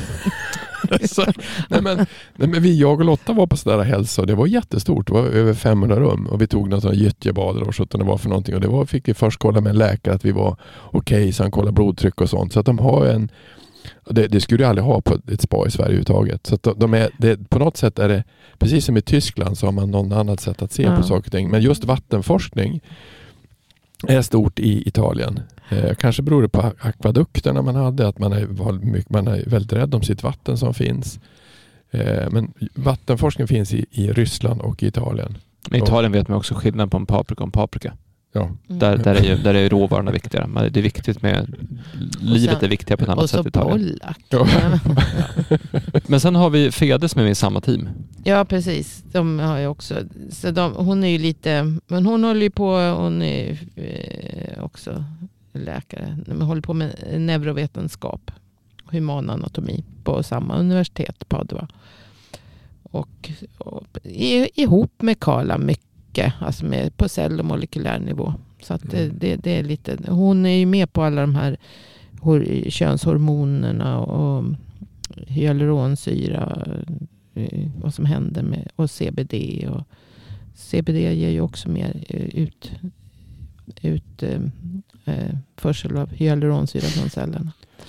Jag och Lotta var på sådär hälsa. Och det var jättestort. Det var över 500 rum. Och vi tog något gyttjebad eller vad det var för någonting. Och fick vi först kolla med en läkare att vi var okej. Så han kollade blodtryck och sånt. Så att de har en... Det skulle du aldrig ha på ett spa i Sverige överhuvudtaget. Så att på något sätt är det, precis som i Tyskland, så har man någon annat sätt att se på saker och ting. Men just vattenforskning är stort i Italien. Kanske beror det på akvadukterna man hade, att man är väldigt rädd om sitt vatten som finns. Men vattenforskning finns i Ryssland och i Italien. Men i Italien vet man också skillnad på en paprika och en paprika. Ja. Där är råvarorna viktigare. Men det är viktigt med... Livet är viktigare på ett annat sätt i Italien. Ja. Men sen har vi Fede som är med i samma team. Ja, precis. De har ju också... Så hon är ju lite... Men hon håller ju på... Hon är också läkare. Men håller på med neurovetenskap. Human anatomi på samma universitet, Padua. Och ihop med Carla mycket. Alltså på cell- och molekylär nivå. Så att det är lite... Hon är ju med på alla de här könshormonerna och hyaluronsyra, vad som händer med, och CBD. Och CBD ger ju också mer försel av hyaluronsyra från cellerna.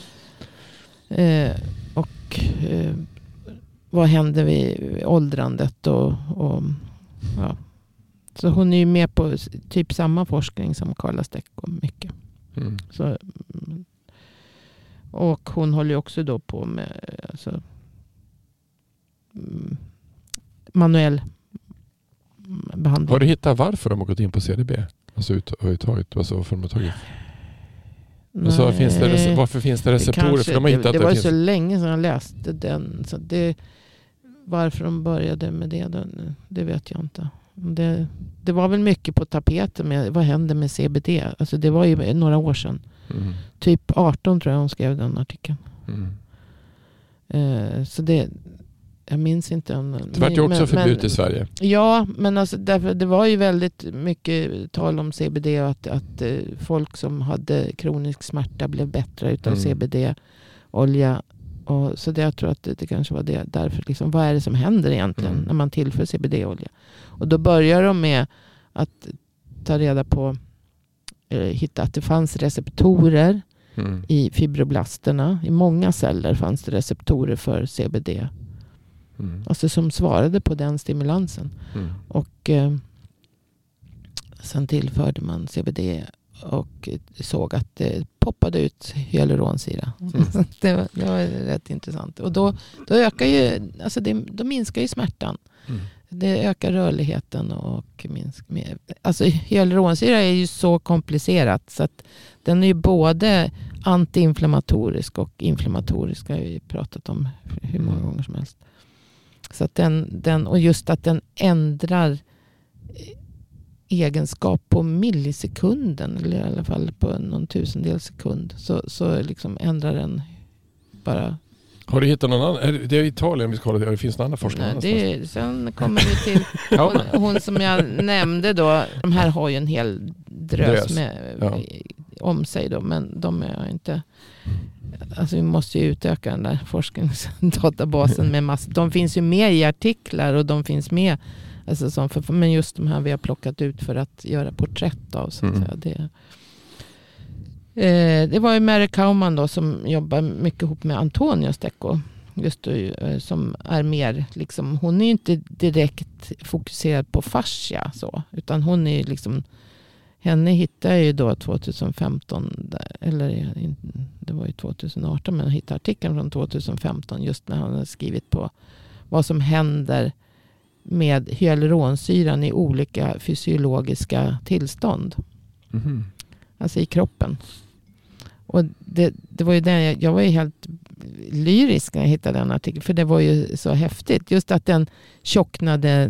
Vad händer vid åldrandet och ja. Så hon är ju med på typ samma forskning som Carla Stecco mycket. Så, och hon håller ju också då på med manuell behandling. Har du hittat varför de har gått in på CDB? Alltså överhuvudtaget, varför de har tagit? Alltså, varför finns det receptorer? För de har hittat det var så länge sedan jag läste den. Så varför de började med det vet jag inte. Det var väl mycket på tapeten med vad händer med CBD. Alltså det var ju några år sedan. Typ 18 tror jag hon skrev den artikeln. Så det... Jag minns inte om... Det var ju också förbjudet i Sverige. Ja, men alltså, därför, det var ju väldigt mycket tal om CBD och att folk som hade kronisk smärta blev bättre utav CBD-olja. Och, så det, jag tror att det kanske var det. Därför liksom, vad är det som händer egentligen när man tillför CBD-olja? Och då börjar de med att ta reda på, hitta att det fanns receptorer i fibroblasterna. I många celler fanns det receptorer för CBD. Alltså som svarade på den stimulansen. Och sen tillförde man CBD och såg att det poppade ut hyaluronsyra. Det var rätt intressant. Och då ökar ju, alltså då minskar ju smärtan. Det ökar rörligheten och minskar. Alltså hyaluronsyra är ju så komplicerat så att den är ju både antiinflammatorisk och inflammatorisk. Det har vi pratat om hur många gånger som helst. Så att den och just att den ändrar egenskap på millisekunden eller i alla fall på någon tusendels sekund så liksom ändrar den bara. Har du hittat någon annan? Det är Italien vi ska kolla. Det finns någon annan forskning. Sen kommer vi till hon som jag nämnde då. De här har ju en hel drös med om sig då, men de är inte... Alltså vi måste ju utöka den där forskningsdatabasen med de finns ju med i artiklar och de finns med alltså men just de här vi har plockat ut för att göra porträtt av så att säga. Det var ju Mary Kauman då som jobbar mycket ihop med Antonio Stecco just då, som är mer liksom, hon är ju inte direkt fokuserad på fascia så, utan hon är ju liksom, henne hittade ju då 2015 eller det var ju 2018 men jag hittade artikeln från 2015 just när han hade skrivit på vad som händer med hyaluronsyran i olika fysiologiska tillstånd. Alltså i kroppen. Och det var ju det jag var ju helt lyrisk när jag hittade den artikeln. För det var ju så häftigt. Just att den tjocknade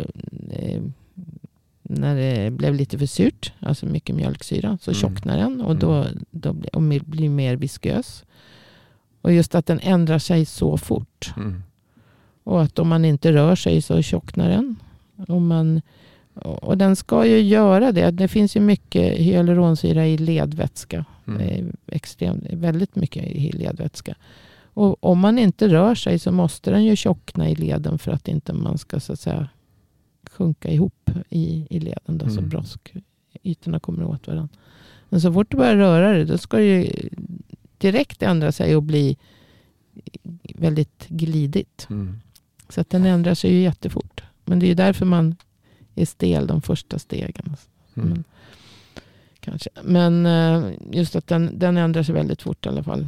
när det blev lite för surt. Alltså mycket mjölksyra. Så tjocknar den. Och då blir mer viskös. Och just att den ändrar sig så fort. Och att om man inte rör sig så tjocknar den. Och den ska ju göra det. Det finns ju mycket hyaluronsyra i ledvätska. Väldigt mycket i ledvätska. Och om man inte rör sig så måste den ju tjockna i leden för att inte man ska så att säga sjunka ihop i leden. Då, så broskytorna kommer åt varandra. Men så fort du börjar röra dig då ska det ju direkt ändra sig och bli väldigt glidigt. Så att den ändrar sig ju jättefort. Men det är ju därför man är stel de första stegen. Kanske. Men just att den ändrar sig väldigt fort i alla fall.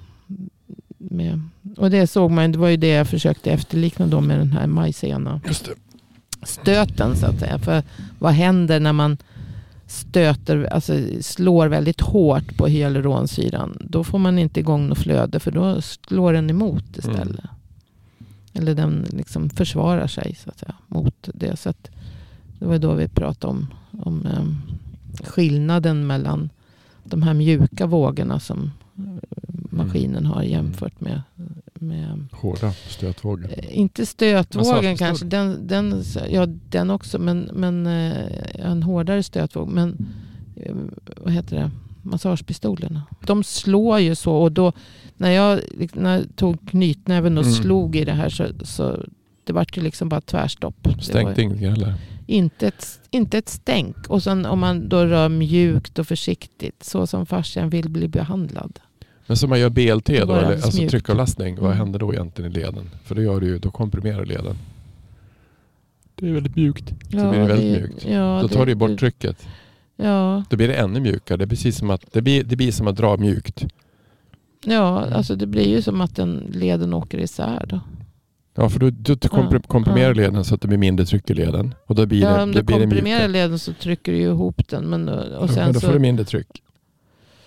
Och det såg man, det var ju det jag försökte efterlikna då med den här majsena stöten så att säga. För vad händer när man stöter, alltså slår väldigt hårt på hyaluronsyran? Då får man inte igång något flöde för då slår den emot istället. Eller den liksom försvarar sig så att säga mot det. Så att det var då vi pratade om skillnaden mellan de här mjuka vågorna som maskinen har jämfört med hårda stötvågor. Inte stötvågen kanske. Den också. Men en hårdare stötvåg. Men vad heter det? Massagepistolerna. De slår ju så. Och då när jag tog knytnäven och slog i det här så det var ju liksom bara tvärstopp. Stängt inget eller? Inte ett stänk. Och sen om man då rör mjukt och försiktigt så som fascian vill bli behandlad. Men som man gör BLT då, eller, alltså tryckavlastning, vad händer då egentligen i leden? För då komprimerar leden. Det är väldigt mjukt. Så blir det väldigt mjukt. Ja, då tar det bort trycket. Ja. Då blir det ännu mjukare. Det är precis som att det blir som att dra mjukt. Ja, alltså det blir ju som att leden åker isär då. Ja, för du komprimerar leden så att det blir mindre tryck i leden. Och då blir om du komprimerar leden så trycker du ihop den. Men då får du mindre tryck.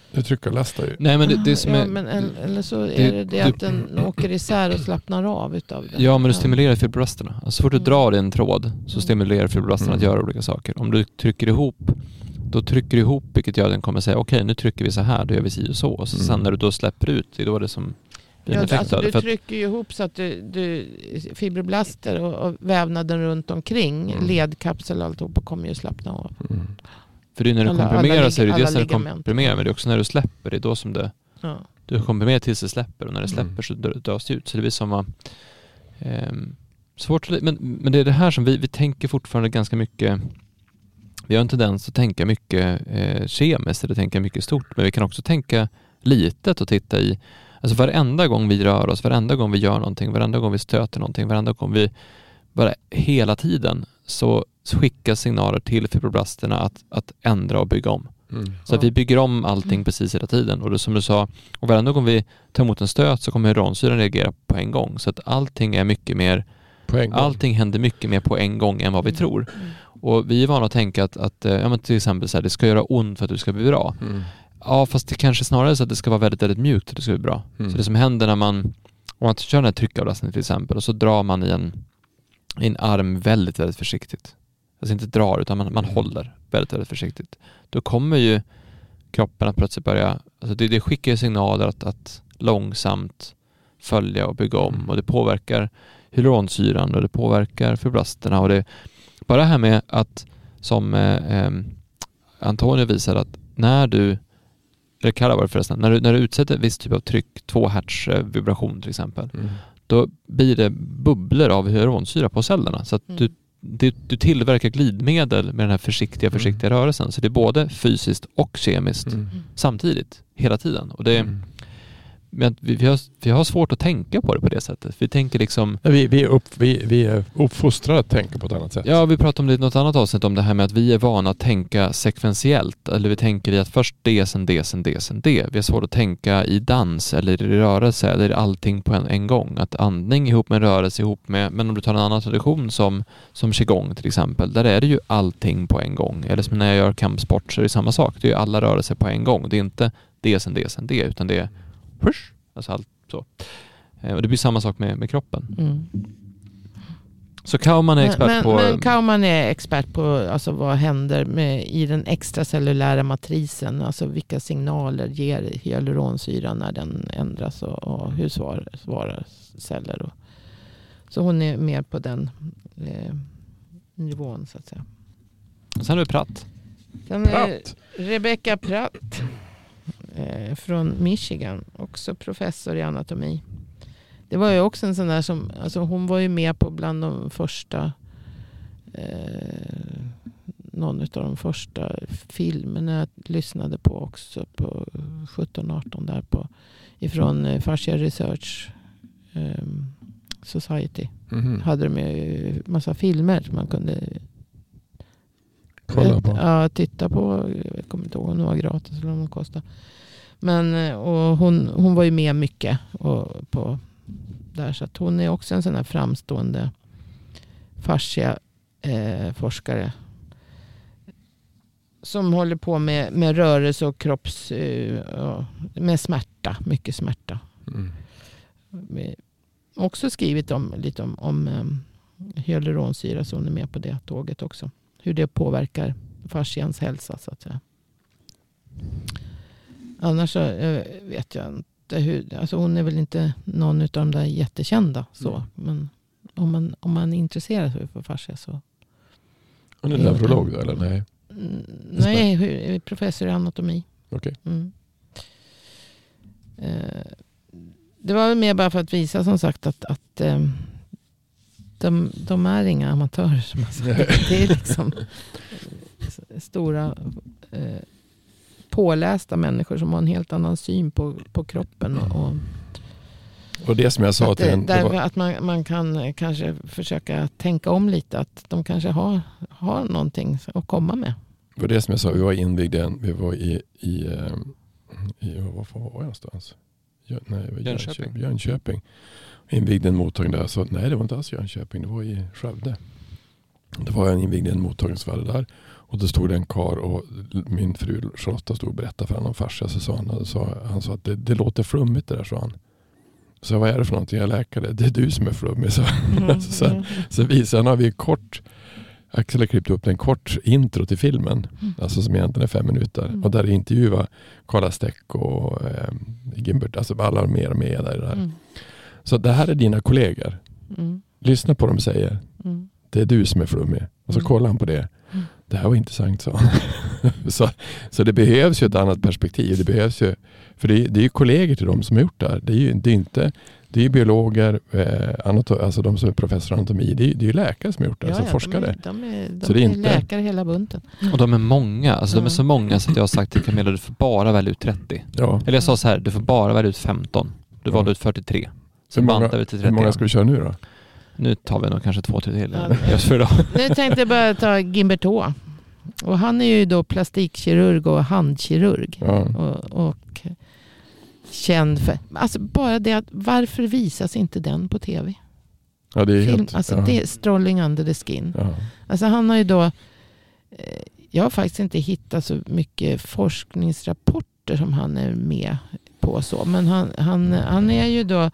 Det trycker och lastar ju. Nej, men det som är... Men eller så är det att den åker isär och slappnar av utav det. Ja, men du stimulerar fibroblasterna. Alltså, så fort du drar i en tråd så stimulerar fibroblasterna att göra olika saker. Om du trycker ihop, då trycker du ihop, vilket gör att den kommer säga okej, nu trycker vi så här, då gör vi si och så. Och så sen när du då släpper ut, det är då det som blir en effekt av det. Du trycker ju ihop så att du fibroblaster och vävnaden runt omkring, ledkapsel och alltihop kommer ju slappna av. För det är när du komprimerar så är det dels när du komprimerar, men det är också när du släpper, det är då som det du komprimerar tills det släpper, och när det släpper så dras det ut. Så det blir som svårt, men det är det här som vi tänker fortfarande ganska mycket. Vi har en tendens att tänka mycket kemiskt eller tänka mycket stort, men vi kan också tänka litet och titta i, alltså varenda gång vi rör oss, varenda gång vi gör någonting, varenda gång vi stöter någonting, varenda gång vi bara hela tiden så skickas signaler till fibroblasterna att ändra och bygga om. Så att vi bygger om allting precis hela tiden. Och det som du sa, och varenda gång vi tar emot en stöt så kommer hyaluronsyran reagera på en gång. Så att allting är mycket mer, allting händer mycket mer på en gång än vad vi tror. Och vi är vana att tänka att ja, men till exempel så här, det ska göra ont för att du ska bli bra. Ja, fast det kanske snarare är så att det ska vara väldigt, väldigt mjukt för att det ska bli bra. Så det som händer när om man kör den här tryckavlastningen till exempel, och så drar man i en arm väldigt, väldigt försiktigt. Alltså inte drar, utan man håller väldigt, väldigt försiktigt. Då kommer ju kroppen att plötsligt börja, alltså det skickar ju signaler att långsamt följa och bygga om, och det påverkar hyaluronsyran och det påverkar fibroblasterna, och det bara här med att, som Antonio visade, att när du, eller Kara var det förresten, när du utsätter ett visst typ av tryck, 2 hertz vibration till exempel, då blir det bubblor av hyaluronsyra på cellerna, så att du tillverkar glidmedel med den här försiktiga rörelsen. Så det är både fysiskt och kemiskt samtidigt, hela tiden. Och det men vi har svårt att tänka på det på det sättet. Vi tänker liksom... Vi är uppfostrade att tänka på ett annat sätt. Ja, vi pratade om det i något annat avsnitt, om det här med att vi är vana att tänka sekventiellt. Eller vi tänker i att först det, sen det, sen det, sen det. Vi har svårt att tänka i dans eller i rörelse eller allting på en gång. Att andning ihop med rörelse ihop med... Men om du tar en annan tradition som qigong till exempel, där är det ju allting på en gång. Eller som när jag gör kampsport så är det samma sak. Det är ju alla rörelser på en gång. Det är inte det, sen det, sen det, utan det är push, alltså allt så. Och det blir samma sak med kroppen. Så Kauman är expert på... Men Kauman är expert på alltså, vad händer i den extracellulära matrisen. Alltså vilka signaler ger hyaluronsyran när den ändras och hur svarar celler. Så hon är mer på den nivån så att säga. Och sen är det Pratt. Rebecca Pratt. Från Michigan, också professor i anatomi. Det var ju också en sån där som, alltså hon var ju med på bland de första någon av de första filmerna jag lyssnade på också på 17-18 där på ifrån Fascia Research Society. Hade de ju massa filmer som man kunde kolla på. Ja, titta på. Jag kommer inte ihåg om det var gratis eller om det kostade. Men och hon var ju med mycket på där, så att hon är också en sån här framstående fascia forskare som håller på med rörelse och kropps med smärta, mycket smärta. Också skrivit lite om hyaluronsyra, så hon är med på det tåget också. Hur det påverkar fascians hälsa så att säga. Annars så vet jag inte hur, alltså hon är väl inte någon av de där jättekända så, men om man är intresserad för fascia så. Hon är neurolog då eller nej? Nej, professor i anatomi. Okej. Det var väl mer bara för att visa som sagt att de är inga amatörer som man sagt. Det är liksom stora pålästa människor som har en helt annan syn på kroppen. Och det som jag sa till en... Att man kan kanske försöka tänka om lite. Att de kanske har någonting att komma med. Det var det som jag sa. Vi var invigda. Vi var i var var jag någonstans? Jönköping. Invigde en mottagning där. Så nej, det var inte alls Jönköping. Det var i Skövde. Det var en invigde en mottagningsvärde där. Och då stod det en kar och min fru Charlotta stod och berättade för honom om fascia. Så han sa att det låter flummigt det där, sa han. Så vad är det för någonting? Jag läkare. Det är du som är flummig. Så visade han, har vi Axel har klippt upp en kort intro till filmen. Alltså som egentligen är 5 minuter. Och där intervjuar Carla Steck och Gimbert. Alltså alla är mer med där. Så det här är dina kollegor. Lyssna på vad de säger. Det är du som är flummig. Och så kollar han på det. Det här var intressant, så. så det behövs ju ett annat perspektiv. Det behövs ju, för det är ju kollegor till dem som har gjort det här. Det är ju biologer, alltså de som är professor i anatomi. Det är ju läkare som har gjort det, som forskare. De är läkare hela bunten. Och de är många, alltså de är så många så att jag har sagt till Camilla, du får bara välja ut 30. Ja. Eller jag sa så här, du får bara välja ut 15. Du valde ut 43. Så bantar vi till 30. Hur många ska vi köra nu då? Nu tar vi nog kanske 2-3 till. Just för idag. Nu tänkte jag bara ta Gimbert H. Och han är ju då plastikkirurg och handkirurg. Ja. Och känd för... Alltså bara det att varför visas inte den på tv? Ja, det är helt... Alltså det är Strolling Under the Skin. Ja. Alltså han har ju då... Jag har faktiskt inte hittat så mycket forskningsrapporter som han är med på så. Men han är ju då...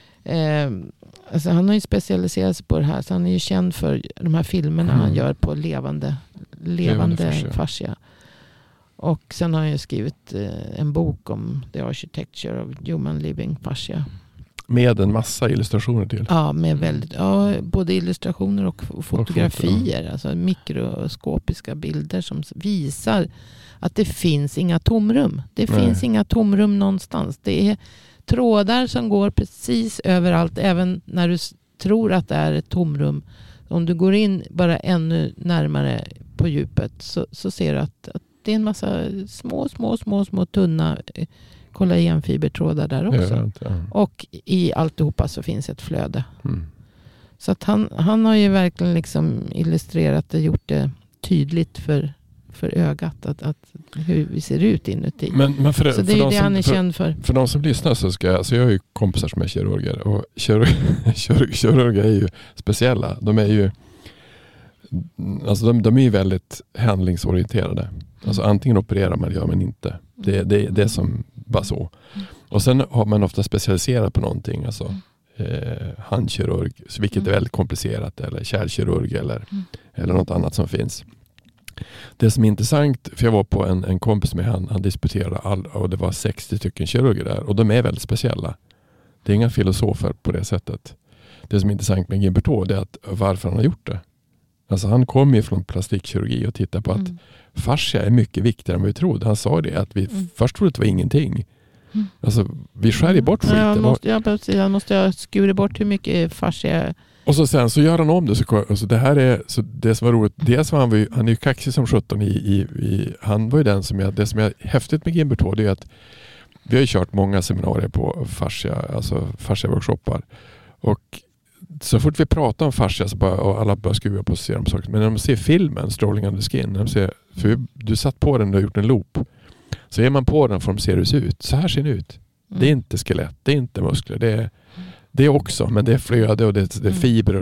Alltså han har ju specialiserat sig på det här, så han är ju känd för de här filmerna han gör på levande fascia. Och sen har han ju skrivit en bok om The Architecture of Human Living Fascia. Med en massa illustrationer till. Ja, med både illustrationer och fotografier. Alltså mikroskopiska bilder som visar att det finns inga tomrum. Det finns inga tomrum någonstans. Det är trådar som går precis överallt, även när du tror att det är ett tomrum. Om du går in bara ännu närmare på djupet så ser du att det är en massa små tunna kollagenfibertrådar där också. Ja. Och i alltihopa så finns ett flöde. Så att han har ju verkligen liksom illustrerat det, gjort det tydligt för ögat att hur vi ser ut inuti. Men så det är ju det han är känd för. För de som lyssnar så jag har ju kompisar som är kirurger, och kirurger är ju speciella. De är ju alltså de är ju väldigt handlingsorienterade. Alltså antingen opererar man eller gör man inte. Det är som bara så. Och sen har man ofta specialiserat på någonting, alltså handkirurg, vilket är väldigt komplicerat, eller kärlkirurg eller något annat som finns. Det som är intressant, för jag var på en kompis med han disputerade och det var 60 stycken kirurger där, och de är väldigt speciella. Det är inga filosofer på det sättet. Det som är intressant med Gimbert H, det är att varför han har gjort det. Alltså han kom ju från plastikkirurgi och tittade på att fascia är mycket viktigare än vad vi trodde. Han sa det att vi först trodde att det var ingenting. Alltså vi skär bort skiten. Jag måste ha skurit bort hur mycket fascia. Och så sen så gör han om det. Så det här är så det som var roligt. Dels var han är ju kaxig som 17 han var ju den som det som är häftigt med Gimbert H, det är att vi har ju kört många seminarier på fascia, alltså fascia-workshoppar. Och så fort vi pratar om fascia så och alla börjar skruva på sig de saker. Men när de ser filmen Strolling Under the Skin, för du satt på den och har gjort en loop. Så är man på den för de ser hur det ser ut. Så här ser det ut. Det är inte skelett, det är inte muskler, det är också, men det är flöde och det är fibrer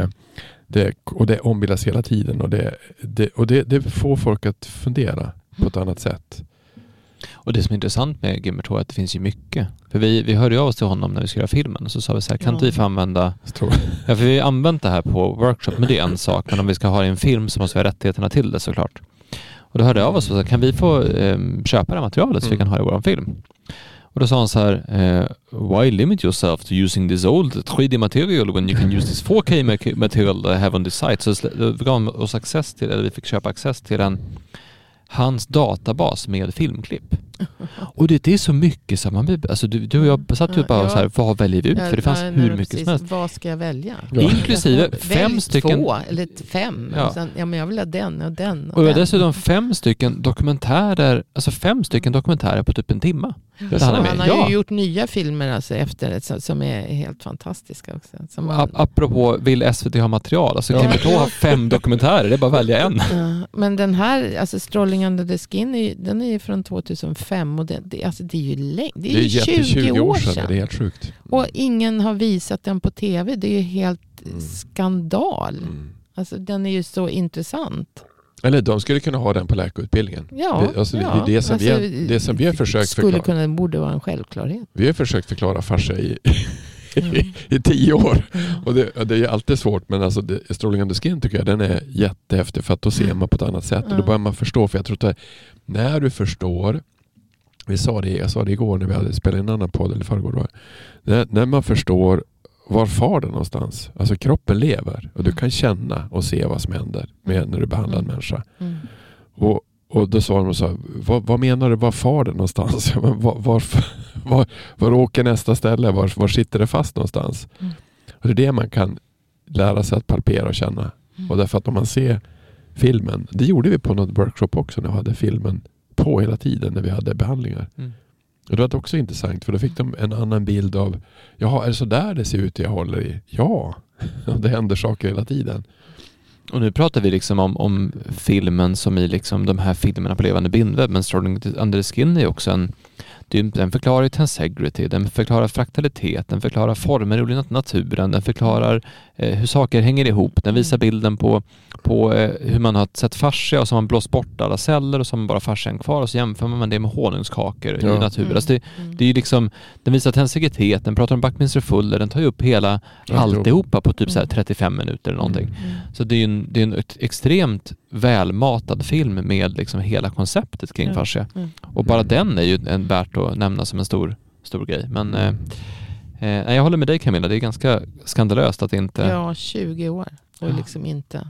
och det ombildas hela tiden, och det får folk att fundera på ett annat sätt. Och det som är intressant med Gimbert H är att det finns ju mycket. För vi hörde ju av oss till honom när vi skulle göra filmen, och så sa vi så här, kan inte vi få använda... Ja, för vi har använt det här på workshop, men det är en sak. Men om vi ska ha en film så måste vi ha rättigheterna till det, såklart. Och då hörde jag av oss och sa, kan vi få köpa det materialet så vi kan ha det i vår film? Och då sa han så här, why limit yourself to using this old 3D material when you can use this 4K material that I have on the site? Så vi gav oss vi fick köpa access till hans databas med filmklipp. Och det är så mycket som man... Alltså du och jag satt ju bara så här, vad väljer vi ut? För det fanns hur mycket som helst. Vad ska jag välja? Inklusive 5 stycken... 2 eller 5. Ja. Sen, men jag vill ha den och den. Och dessutom 5 stycken dokumentärer, alltså 5 stycken dokumentärer på typ en timme. Han har ju gjort nya filmer alltså efter som är helt fantastiska också. Apropå vill SVT ha material, alltså kan vi ta 5 dokumentärer, det är bara att välja en. Men den här, alltså Strolling Under the Skin, den är ju från 2005, och det är ju länge. Det är ju 20 år sedan. Det är helt sjukt. Och ingen har visat den på tv. Det är ju helt skandal. Alltså den är ju så intressant. Eller de skulle kunna ha den på läkarutbildningen. Ja, det är det som vi har försökt förklara. Borde vara en självklarhet. Vi har försökt förklara fascia i 10 år. Och det är alltid svårt, men alltså Strolling Under Skin tycker jag den är jättehäftig, för att då ser man på ett annat sätt och då börjar man förstå. För jag tror att när du förstår, jag sa det igår när vi hade spelat en annan podd, eller förrgår, när man förstår var far den någonstans, alltså kroppen lever och du kan känna och se vad som händer när du behandlar en människa. Och då sa de så här, vad menar du, var far den någonstans? Var åker nästa ställe? Var sitter det fast någonstans? Och det är det man kan lära sig att palpera och känna. Och därför att om man ser filmen, det gjorde vi på något workshop också när vi hade filmen på hela tiden när vi hade behandlingar. Och det var också intressant, för då fick de en annan bild av, jaha, är det så där det ser ut jag håller i? Ja, det händer saker hela tiden. Och nu pratar vi liksom om filmen som i liksom de här filmerna på levande bildwebb, men Strolling Under the Skin är också den förklarar tensegrity, den förklarar fraktalitet, den förklarar former i naturen, den förklarar hur saker hänger ihop, den visar bilden på hur man har sett fascia och så har man blåst bort alla celler och så har man bara fascian kvar och så jämför man det med honungskakor i naturen. Alltså det är ju liksom, den visar tensegritet, den pratar om Buckminster Fuller, den tar ju upp hela alltihopa på typ så här 35 minuter eller någonting. Så det är en extremt välmatad film med liksom hela konceptet kring fascia. Och bara den är ju värt att nämna som en stor grej. Men jag håller med dig, Camilla, det är ganska skandalöst att inte... Ja, 20 år och liksom inte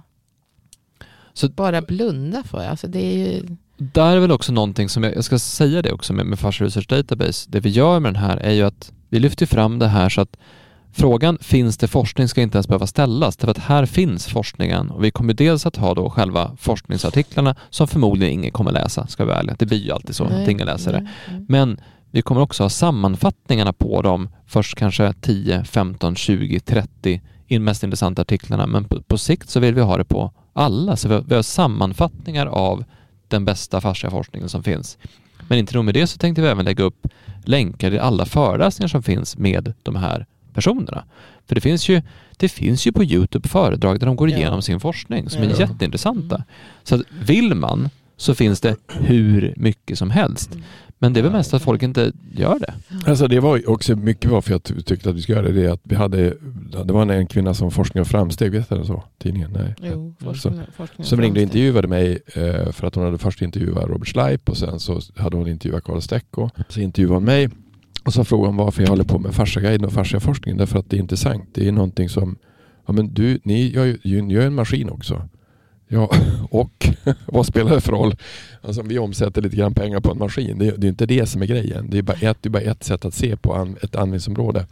så bara blunda för. Alltså det är ju... Där är väl också någonting som jag ska säga det också med Fascia Research Database. Det vi gör med den här är ju att vi lyfter fram det här så att frågan, finns det forskning, ska inte ens behöva ställas. Därför att här finns forskningen och vi kommer dels att ha då själva forskningsartiklarna som förmodligen ingen kommer läsa, ska vi vara ärliga. Det blir ju alltid så att ingen läser det. Men vi kommer också ha sammanfattningarna på dem, först kanske 10, 15, 20, 30 mest intressanta artiklarna, men på sikt så vill vi ha det på alla. Så vi har sammanfattningar av den bästa fasciaforskningen som finns. Men inte nog med det, så tänkte vi även lägga upp länkar till alla föreläsningar som finns med de här personerna. För det finns ju på YouTube föredrag där de går igenom sin forskning som är jätteintressanta. Så att vill man så finns det hur mycket som helst. Men det är väl mest att folk inte gör det. Alltså det var också mycket varför jag tyckte att vi ska göra det, att det var en kvinna som Forskning och framsteg, vet du så? Tidningen? Nej. Jo, som ringde och intervjuade mig för att hon hade först intervjuat Robert Schleip och sen så hade hon intervjuat Carl Stecco. Så intervjuade hon mig och så frågade hon varför jag håller på med Fasciaguiden och fasciaforskningen. Därför att det är intressant. Det är någonting som, ja men ni gör en maskin också. Ja, och vad spelar det för roll? Alltså om vi omsätter lite grann pengar på en maskin, det är inte det som är grejen. Det är bara ett sätt att se på ett användningsområde.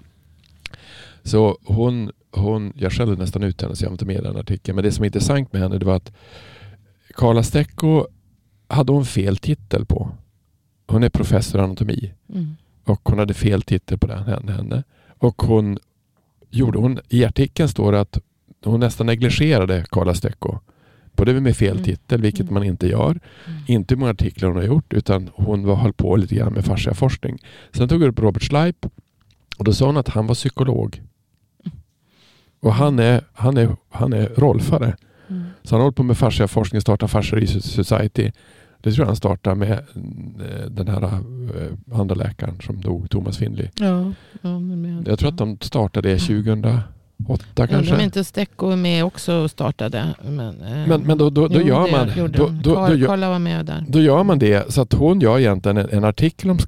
Så jag skällde nästan ut henne så jag var inte med i den artikeln. Men det som är intressant med henne, det var att Carla Stecco hade hon fel titel på. Hon är professor i anatomi. Och hon hade fel titel på henne. Och i artikeln står det att hon nästan negligerade Carla Stecco. Både med fel titel, vilket man inte gör. Inte hur många artiklar hon har gjort, utan hon höll på lite grann med fasciaforskning. Sen tog hon upp Robert Schleip och då sa hon att han var psykolog. Och han är rollfare. Så han håller på med fasciaforskning, startar Fascia Research Society. Det tror jag han startar med den här andra läkaren som dog, Thomas Finley. Jag tror att de startade det 2008 kanske. De inte Stecco med också och startade. Men då gör man... Kolla var med där. Då gör man det så att hon gör egentligen en artikel om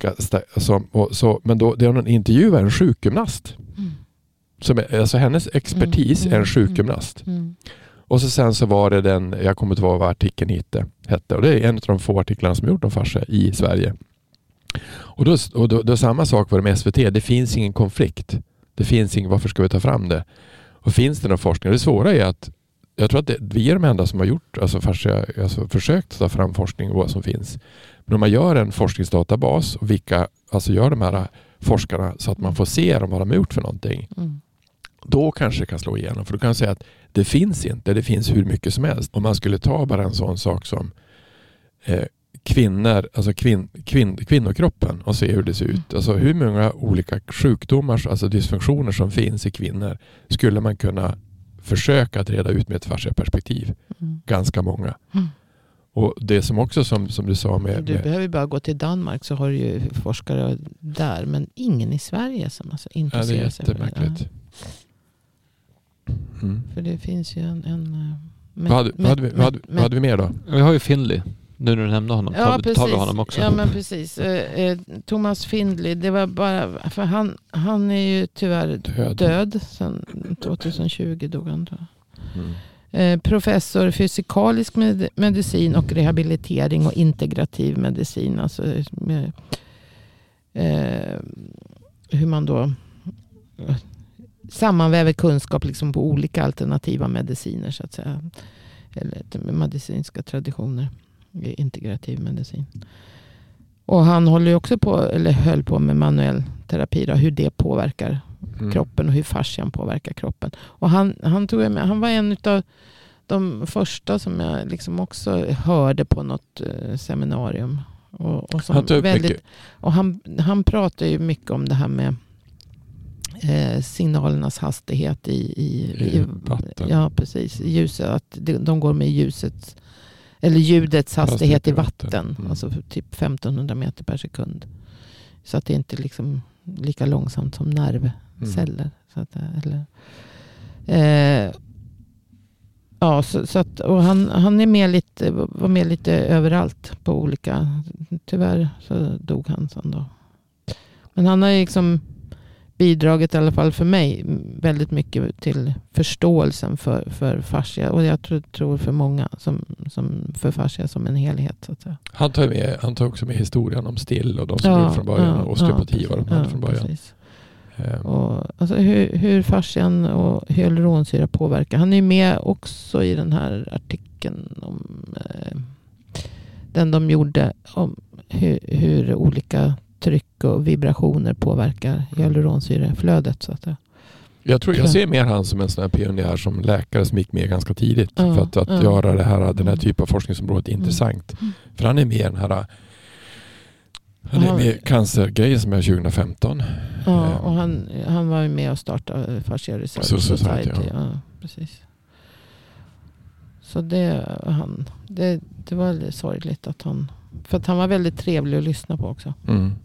men då det är hon intervjuar en sjukgymnast. Alltså hennes expertis är en sjukgymnast. Och sen så var det jag kommer inte ihåg vad artikeln hette. Och det är en av de få artiklarna som gjort om fascia i Sverige. Och då samma sak var det med SVT. Det finns ingen konflikt. Det finns ingen, varför ska vi ta fram det? Och finns det någon forskning? Och det svåra är att jag tror att vi är de enda som har gjort försökt ta fram forskning och vad som finns. Men om man gör en forskningsdatabas och gör de här forskarna så att man får se vad de har gjort för någonting. Då kanske det kan slå igenom. För då kan jag säga att det finns inte. Det finns hur mycket som helst. Om man skulle ta bara en sån sak som kvinnor, alltså kvinnokroppen och se hur det ser ut. Alltså hur många olika sjukdomar, alltså dysfunktioner som finns i kvinnor skulle man kunna försöka att reda ut med ett fasciaperspektiv. Ganska många. Och det som också som du sa med... Du behöver bara gå till Danmark så har du ju forskare där. Men ingen i Sverige som alltså intresserar sig för det. Det är jättemärkligt. För det finns ju en vad hade vi mer då? Vi har ju Findley. Nu när du nämnde honom. Ja, tar vi honom också. Ja, men precis. Thomas Findley, det var bara... För han är ju tyvärr död. Sen 2020 dog han, tror jag. Professor fysikalisk medicin och rehabilitering och integrativ medicin. Alltså hur man då sammanväver kunskap liksom på olika alternativa mediciner, så att säga. Eller medicinska traditioner. Integrativ medicin. Och han håller ju också på, eller höll på med manuell terapi då, hur det påverkar kroppen och hur fascian påverkar kroppen. Och han tog med, han var en av de första som jag liksom också hörde på något seminarium. Och som han tog upp väldigt, mycket. och han pratar ju mycket om det här med signalernas hastighet i vatten. Ja, precis. Ljuset, att de går med ljuset eller ljudets hastighet i vatten. Alltså typ 1500 meter per sekund. Så att det inte är liksom lika långsamt som nervceller. Så att, eller, ja, så att, och han är med lite, var med lite överallt på olika... Tyvärr så dog han sen då. Men han har liksom bidragit i alla fall för mig väldigt mycket till förståelsen för fascia. Och jag tror för många som för fascia som en helhet. Så att säga. Han tar också med historien om still och de som var från början. Och osteopati var de hade från början. Precis. Och, alltså, hur fascian och hyaluronsyra påverkar. Han är med också i den här artikeln om den de gjorde om hur olika tryck och vibrationer påverkar hyaluronsyreflödet. Så att jag ser mer han som en sån här pionjär som läkare som gick med ganska tidigt för att göra den här typen av forskningsområdet intressant. För han är med den här med cancergrejen som är 2015. Ja, och han var ju med och startade Fascia Research Society. Ja, precis. Så det var sorgligt att för att han var väldigt trevlig att lyssna på också.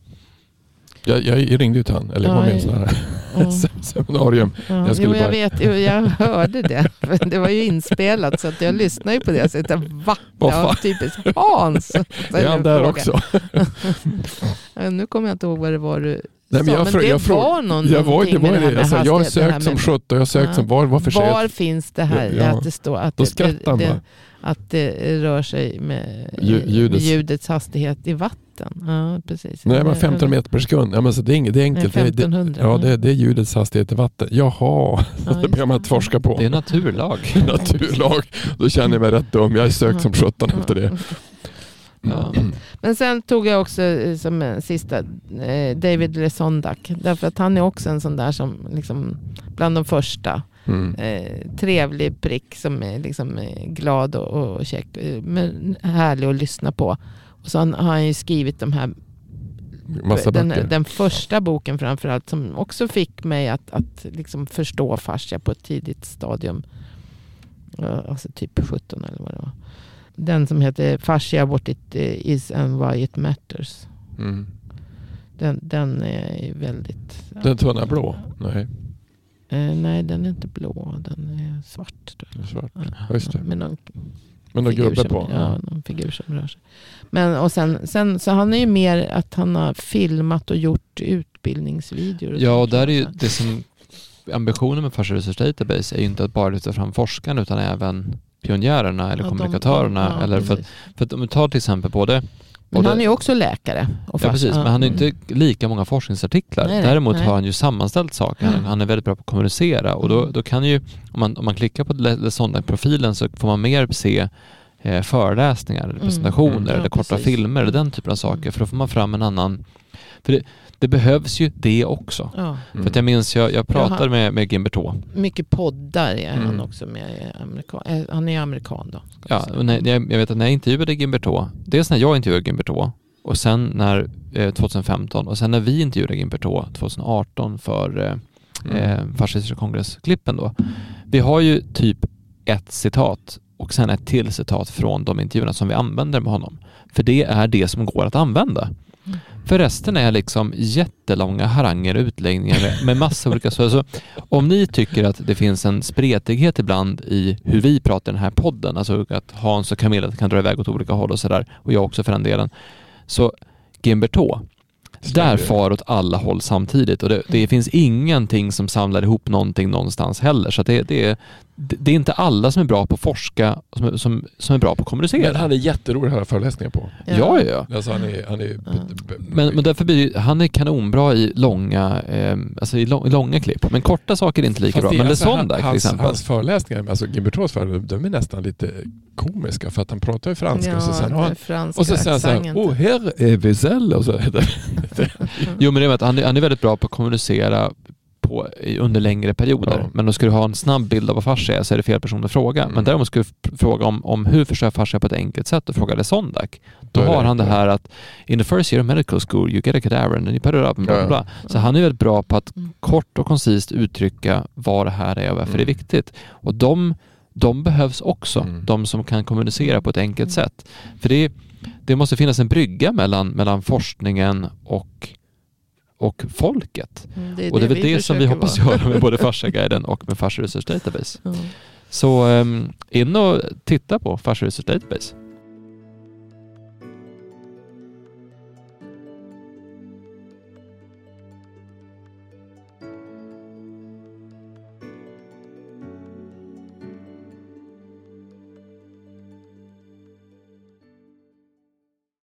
Jag ringde ut han, eller var med en sån här seminarium. Jag hörde det. Det var ju inspelat så att jag lyssnade ju på det. Så jag tänkte, va? Typiskt Hans. Är han där också? Nu kommer jag inte ihåg vad det var du Nej, men jag har sökt som 17. Jag har sökt som varför var finns det här att det står att det rör sig med ljudets hastighet i vatten. Ja, precis. Nej, men 15 meter per sekund. Ja, men så det är enkelt. 1500. Det är ljudets hastighet i vatten. Jaha, det behöver man inte forska på. Det är naturlag. Då känner jag mig rätt dum. Jag har sökt som 17 efter det. Ja. Men sen tog jag också som en sista David Lesondak. Därför att han är också en sån där som liksom bland de första. Trevlig prick som är liksom glad och käck, men härlig att lyssna på. Och så har han ju skrivit de här den första boken framförallt som också fick mig att liksom förstå fascia på ett tidigt stadium. Alltså typ 17 eller vad det var. Den som heter Fascia What It Is and Why It Matters. Den är väldigt... Den tunna blå? Nej. Nej, den är inte blå. Den är svart. Svart, just det. Med någon gubbe på. Ja, någon figur som rör sig. Men och sen så han är ju mer att han har filmat och gjort utbildningsvideor. Ja, och där är ju det som ambitionen med Fascia Research Database är ju inte att bara lyfta fram forskarna utan även pionjärerna eller kommunikatörerna. Eller för att om vi tar till exempel både... Men han är ju också läkare. Och ja, precis. Men han har inte lika många forskningsartiklar. Däremot har han ju sammanställt saker. Han är väldigt bra på att kommunicera. Och då kan ju, om man klickar på Lesondak-profilen så får man mer se föreläsningar, eller presentationer eller korta filmer eller den typen av saker. För då får man fram en annan... För det behövs ju det också. Ja. För att jag minns, jag pratade med Gimberto. Mycket poddar är han också med. Han är amerikan då. Ja, och jag vet att när jag intervjuade Gimberto, dels när jag intervjuade Gimberto och sen när 2015 och sen när vi intervjuade Gimberto 2018 för Fascia Research Congress-klippen då. Vi har ju typ ett citat och sen ett till citat från de intervjuerna som vi använder med honom. För det är det som går att använda. För resten är liksom jättelånga haranger och utläggningar med massa olika saker. Så om ni tycker att det finns en spretighet ibland i hur vi pratar i den här podden, alltså att Hans och Camilla kan dra iväg åt olika håll och sådär, och jag också för den delen, så Gimbertå, där far åt alla håll samtidigt, och det finns ingenting som samlar ihop någonting någonstans heller, så att det är inte alla som är bra på att forska som är bra på att kommunicera. Men han är jätterolig att höra föreläsningar på. Ja. Alltså han är men därför blir han är kanonbra i långa långa klipp, men korta saker är inte lika bra. Men det är sånt där till exempel. Hans föreläsningar, alltså Gimbertås föreläsningar, de är nästan lite komiska, för att han pratar ju franska, och så sen och så säger han så här, här är Wiesel, och så Jo, men det är att han är väldigt bra på att kommunicera under längre perioder. Men då ska du ha en snabb bild av vad fascia är, så är det fel person att fråga. Men däremot ska du fråga om hur förstör fascia på ett enkelt sätt och fråga det Sondak. Då har han det här att in the first year of medical school you get a cadaver and you put it up and bla bla bla. Så han är väldigt bra på att kort och koncist uttrycka vad det här är och varför det är viktigt. Och de behövs också. De som kan kommunicera på ett enkelt sätt. För det måste finnas en brygga mellan forskningen och folket. Och det är väl det som vi hoppas göra med både Fasciaguiden och med Fascia Research Database. Så in och titta på Fascia Research Database.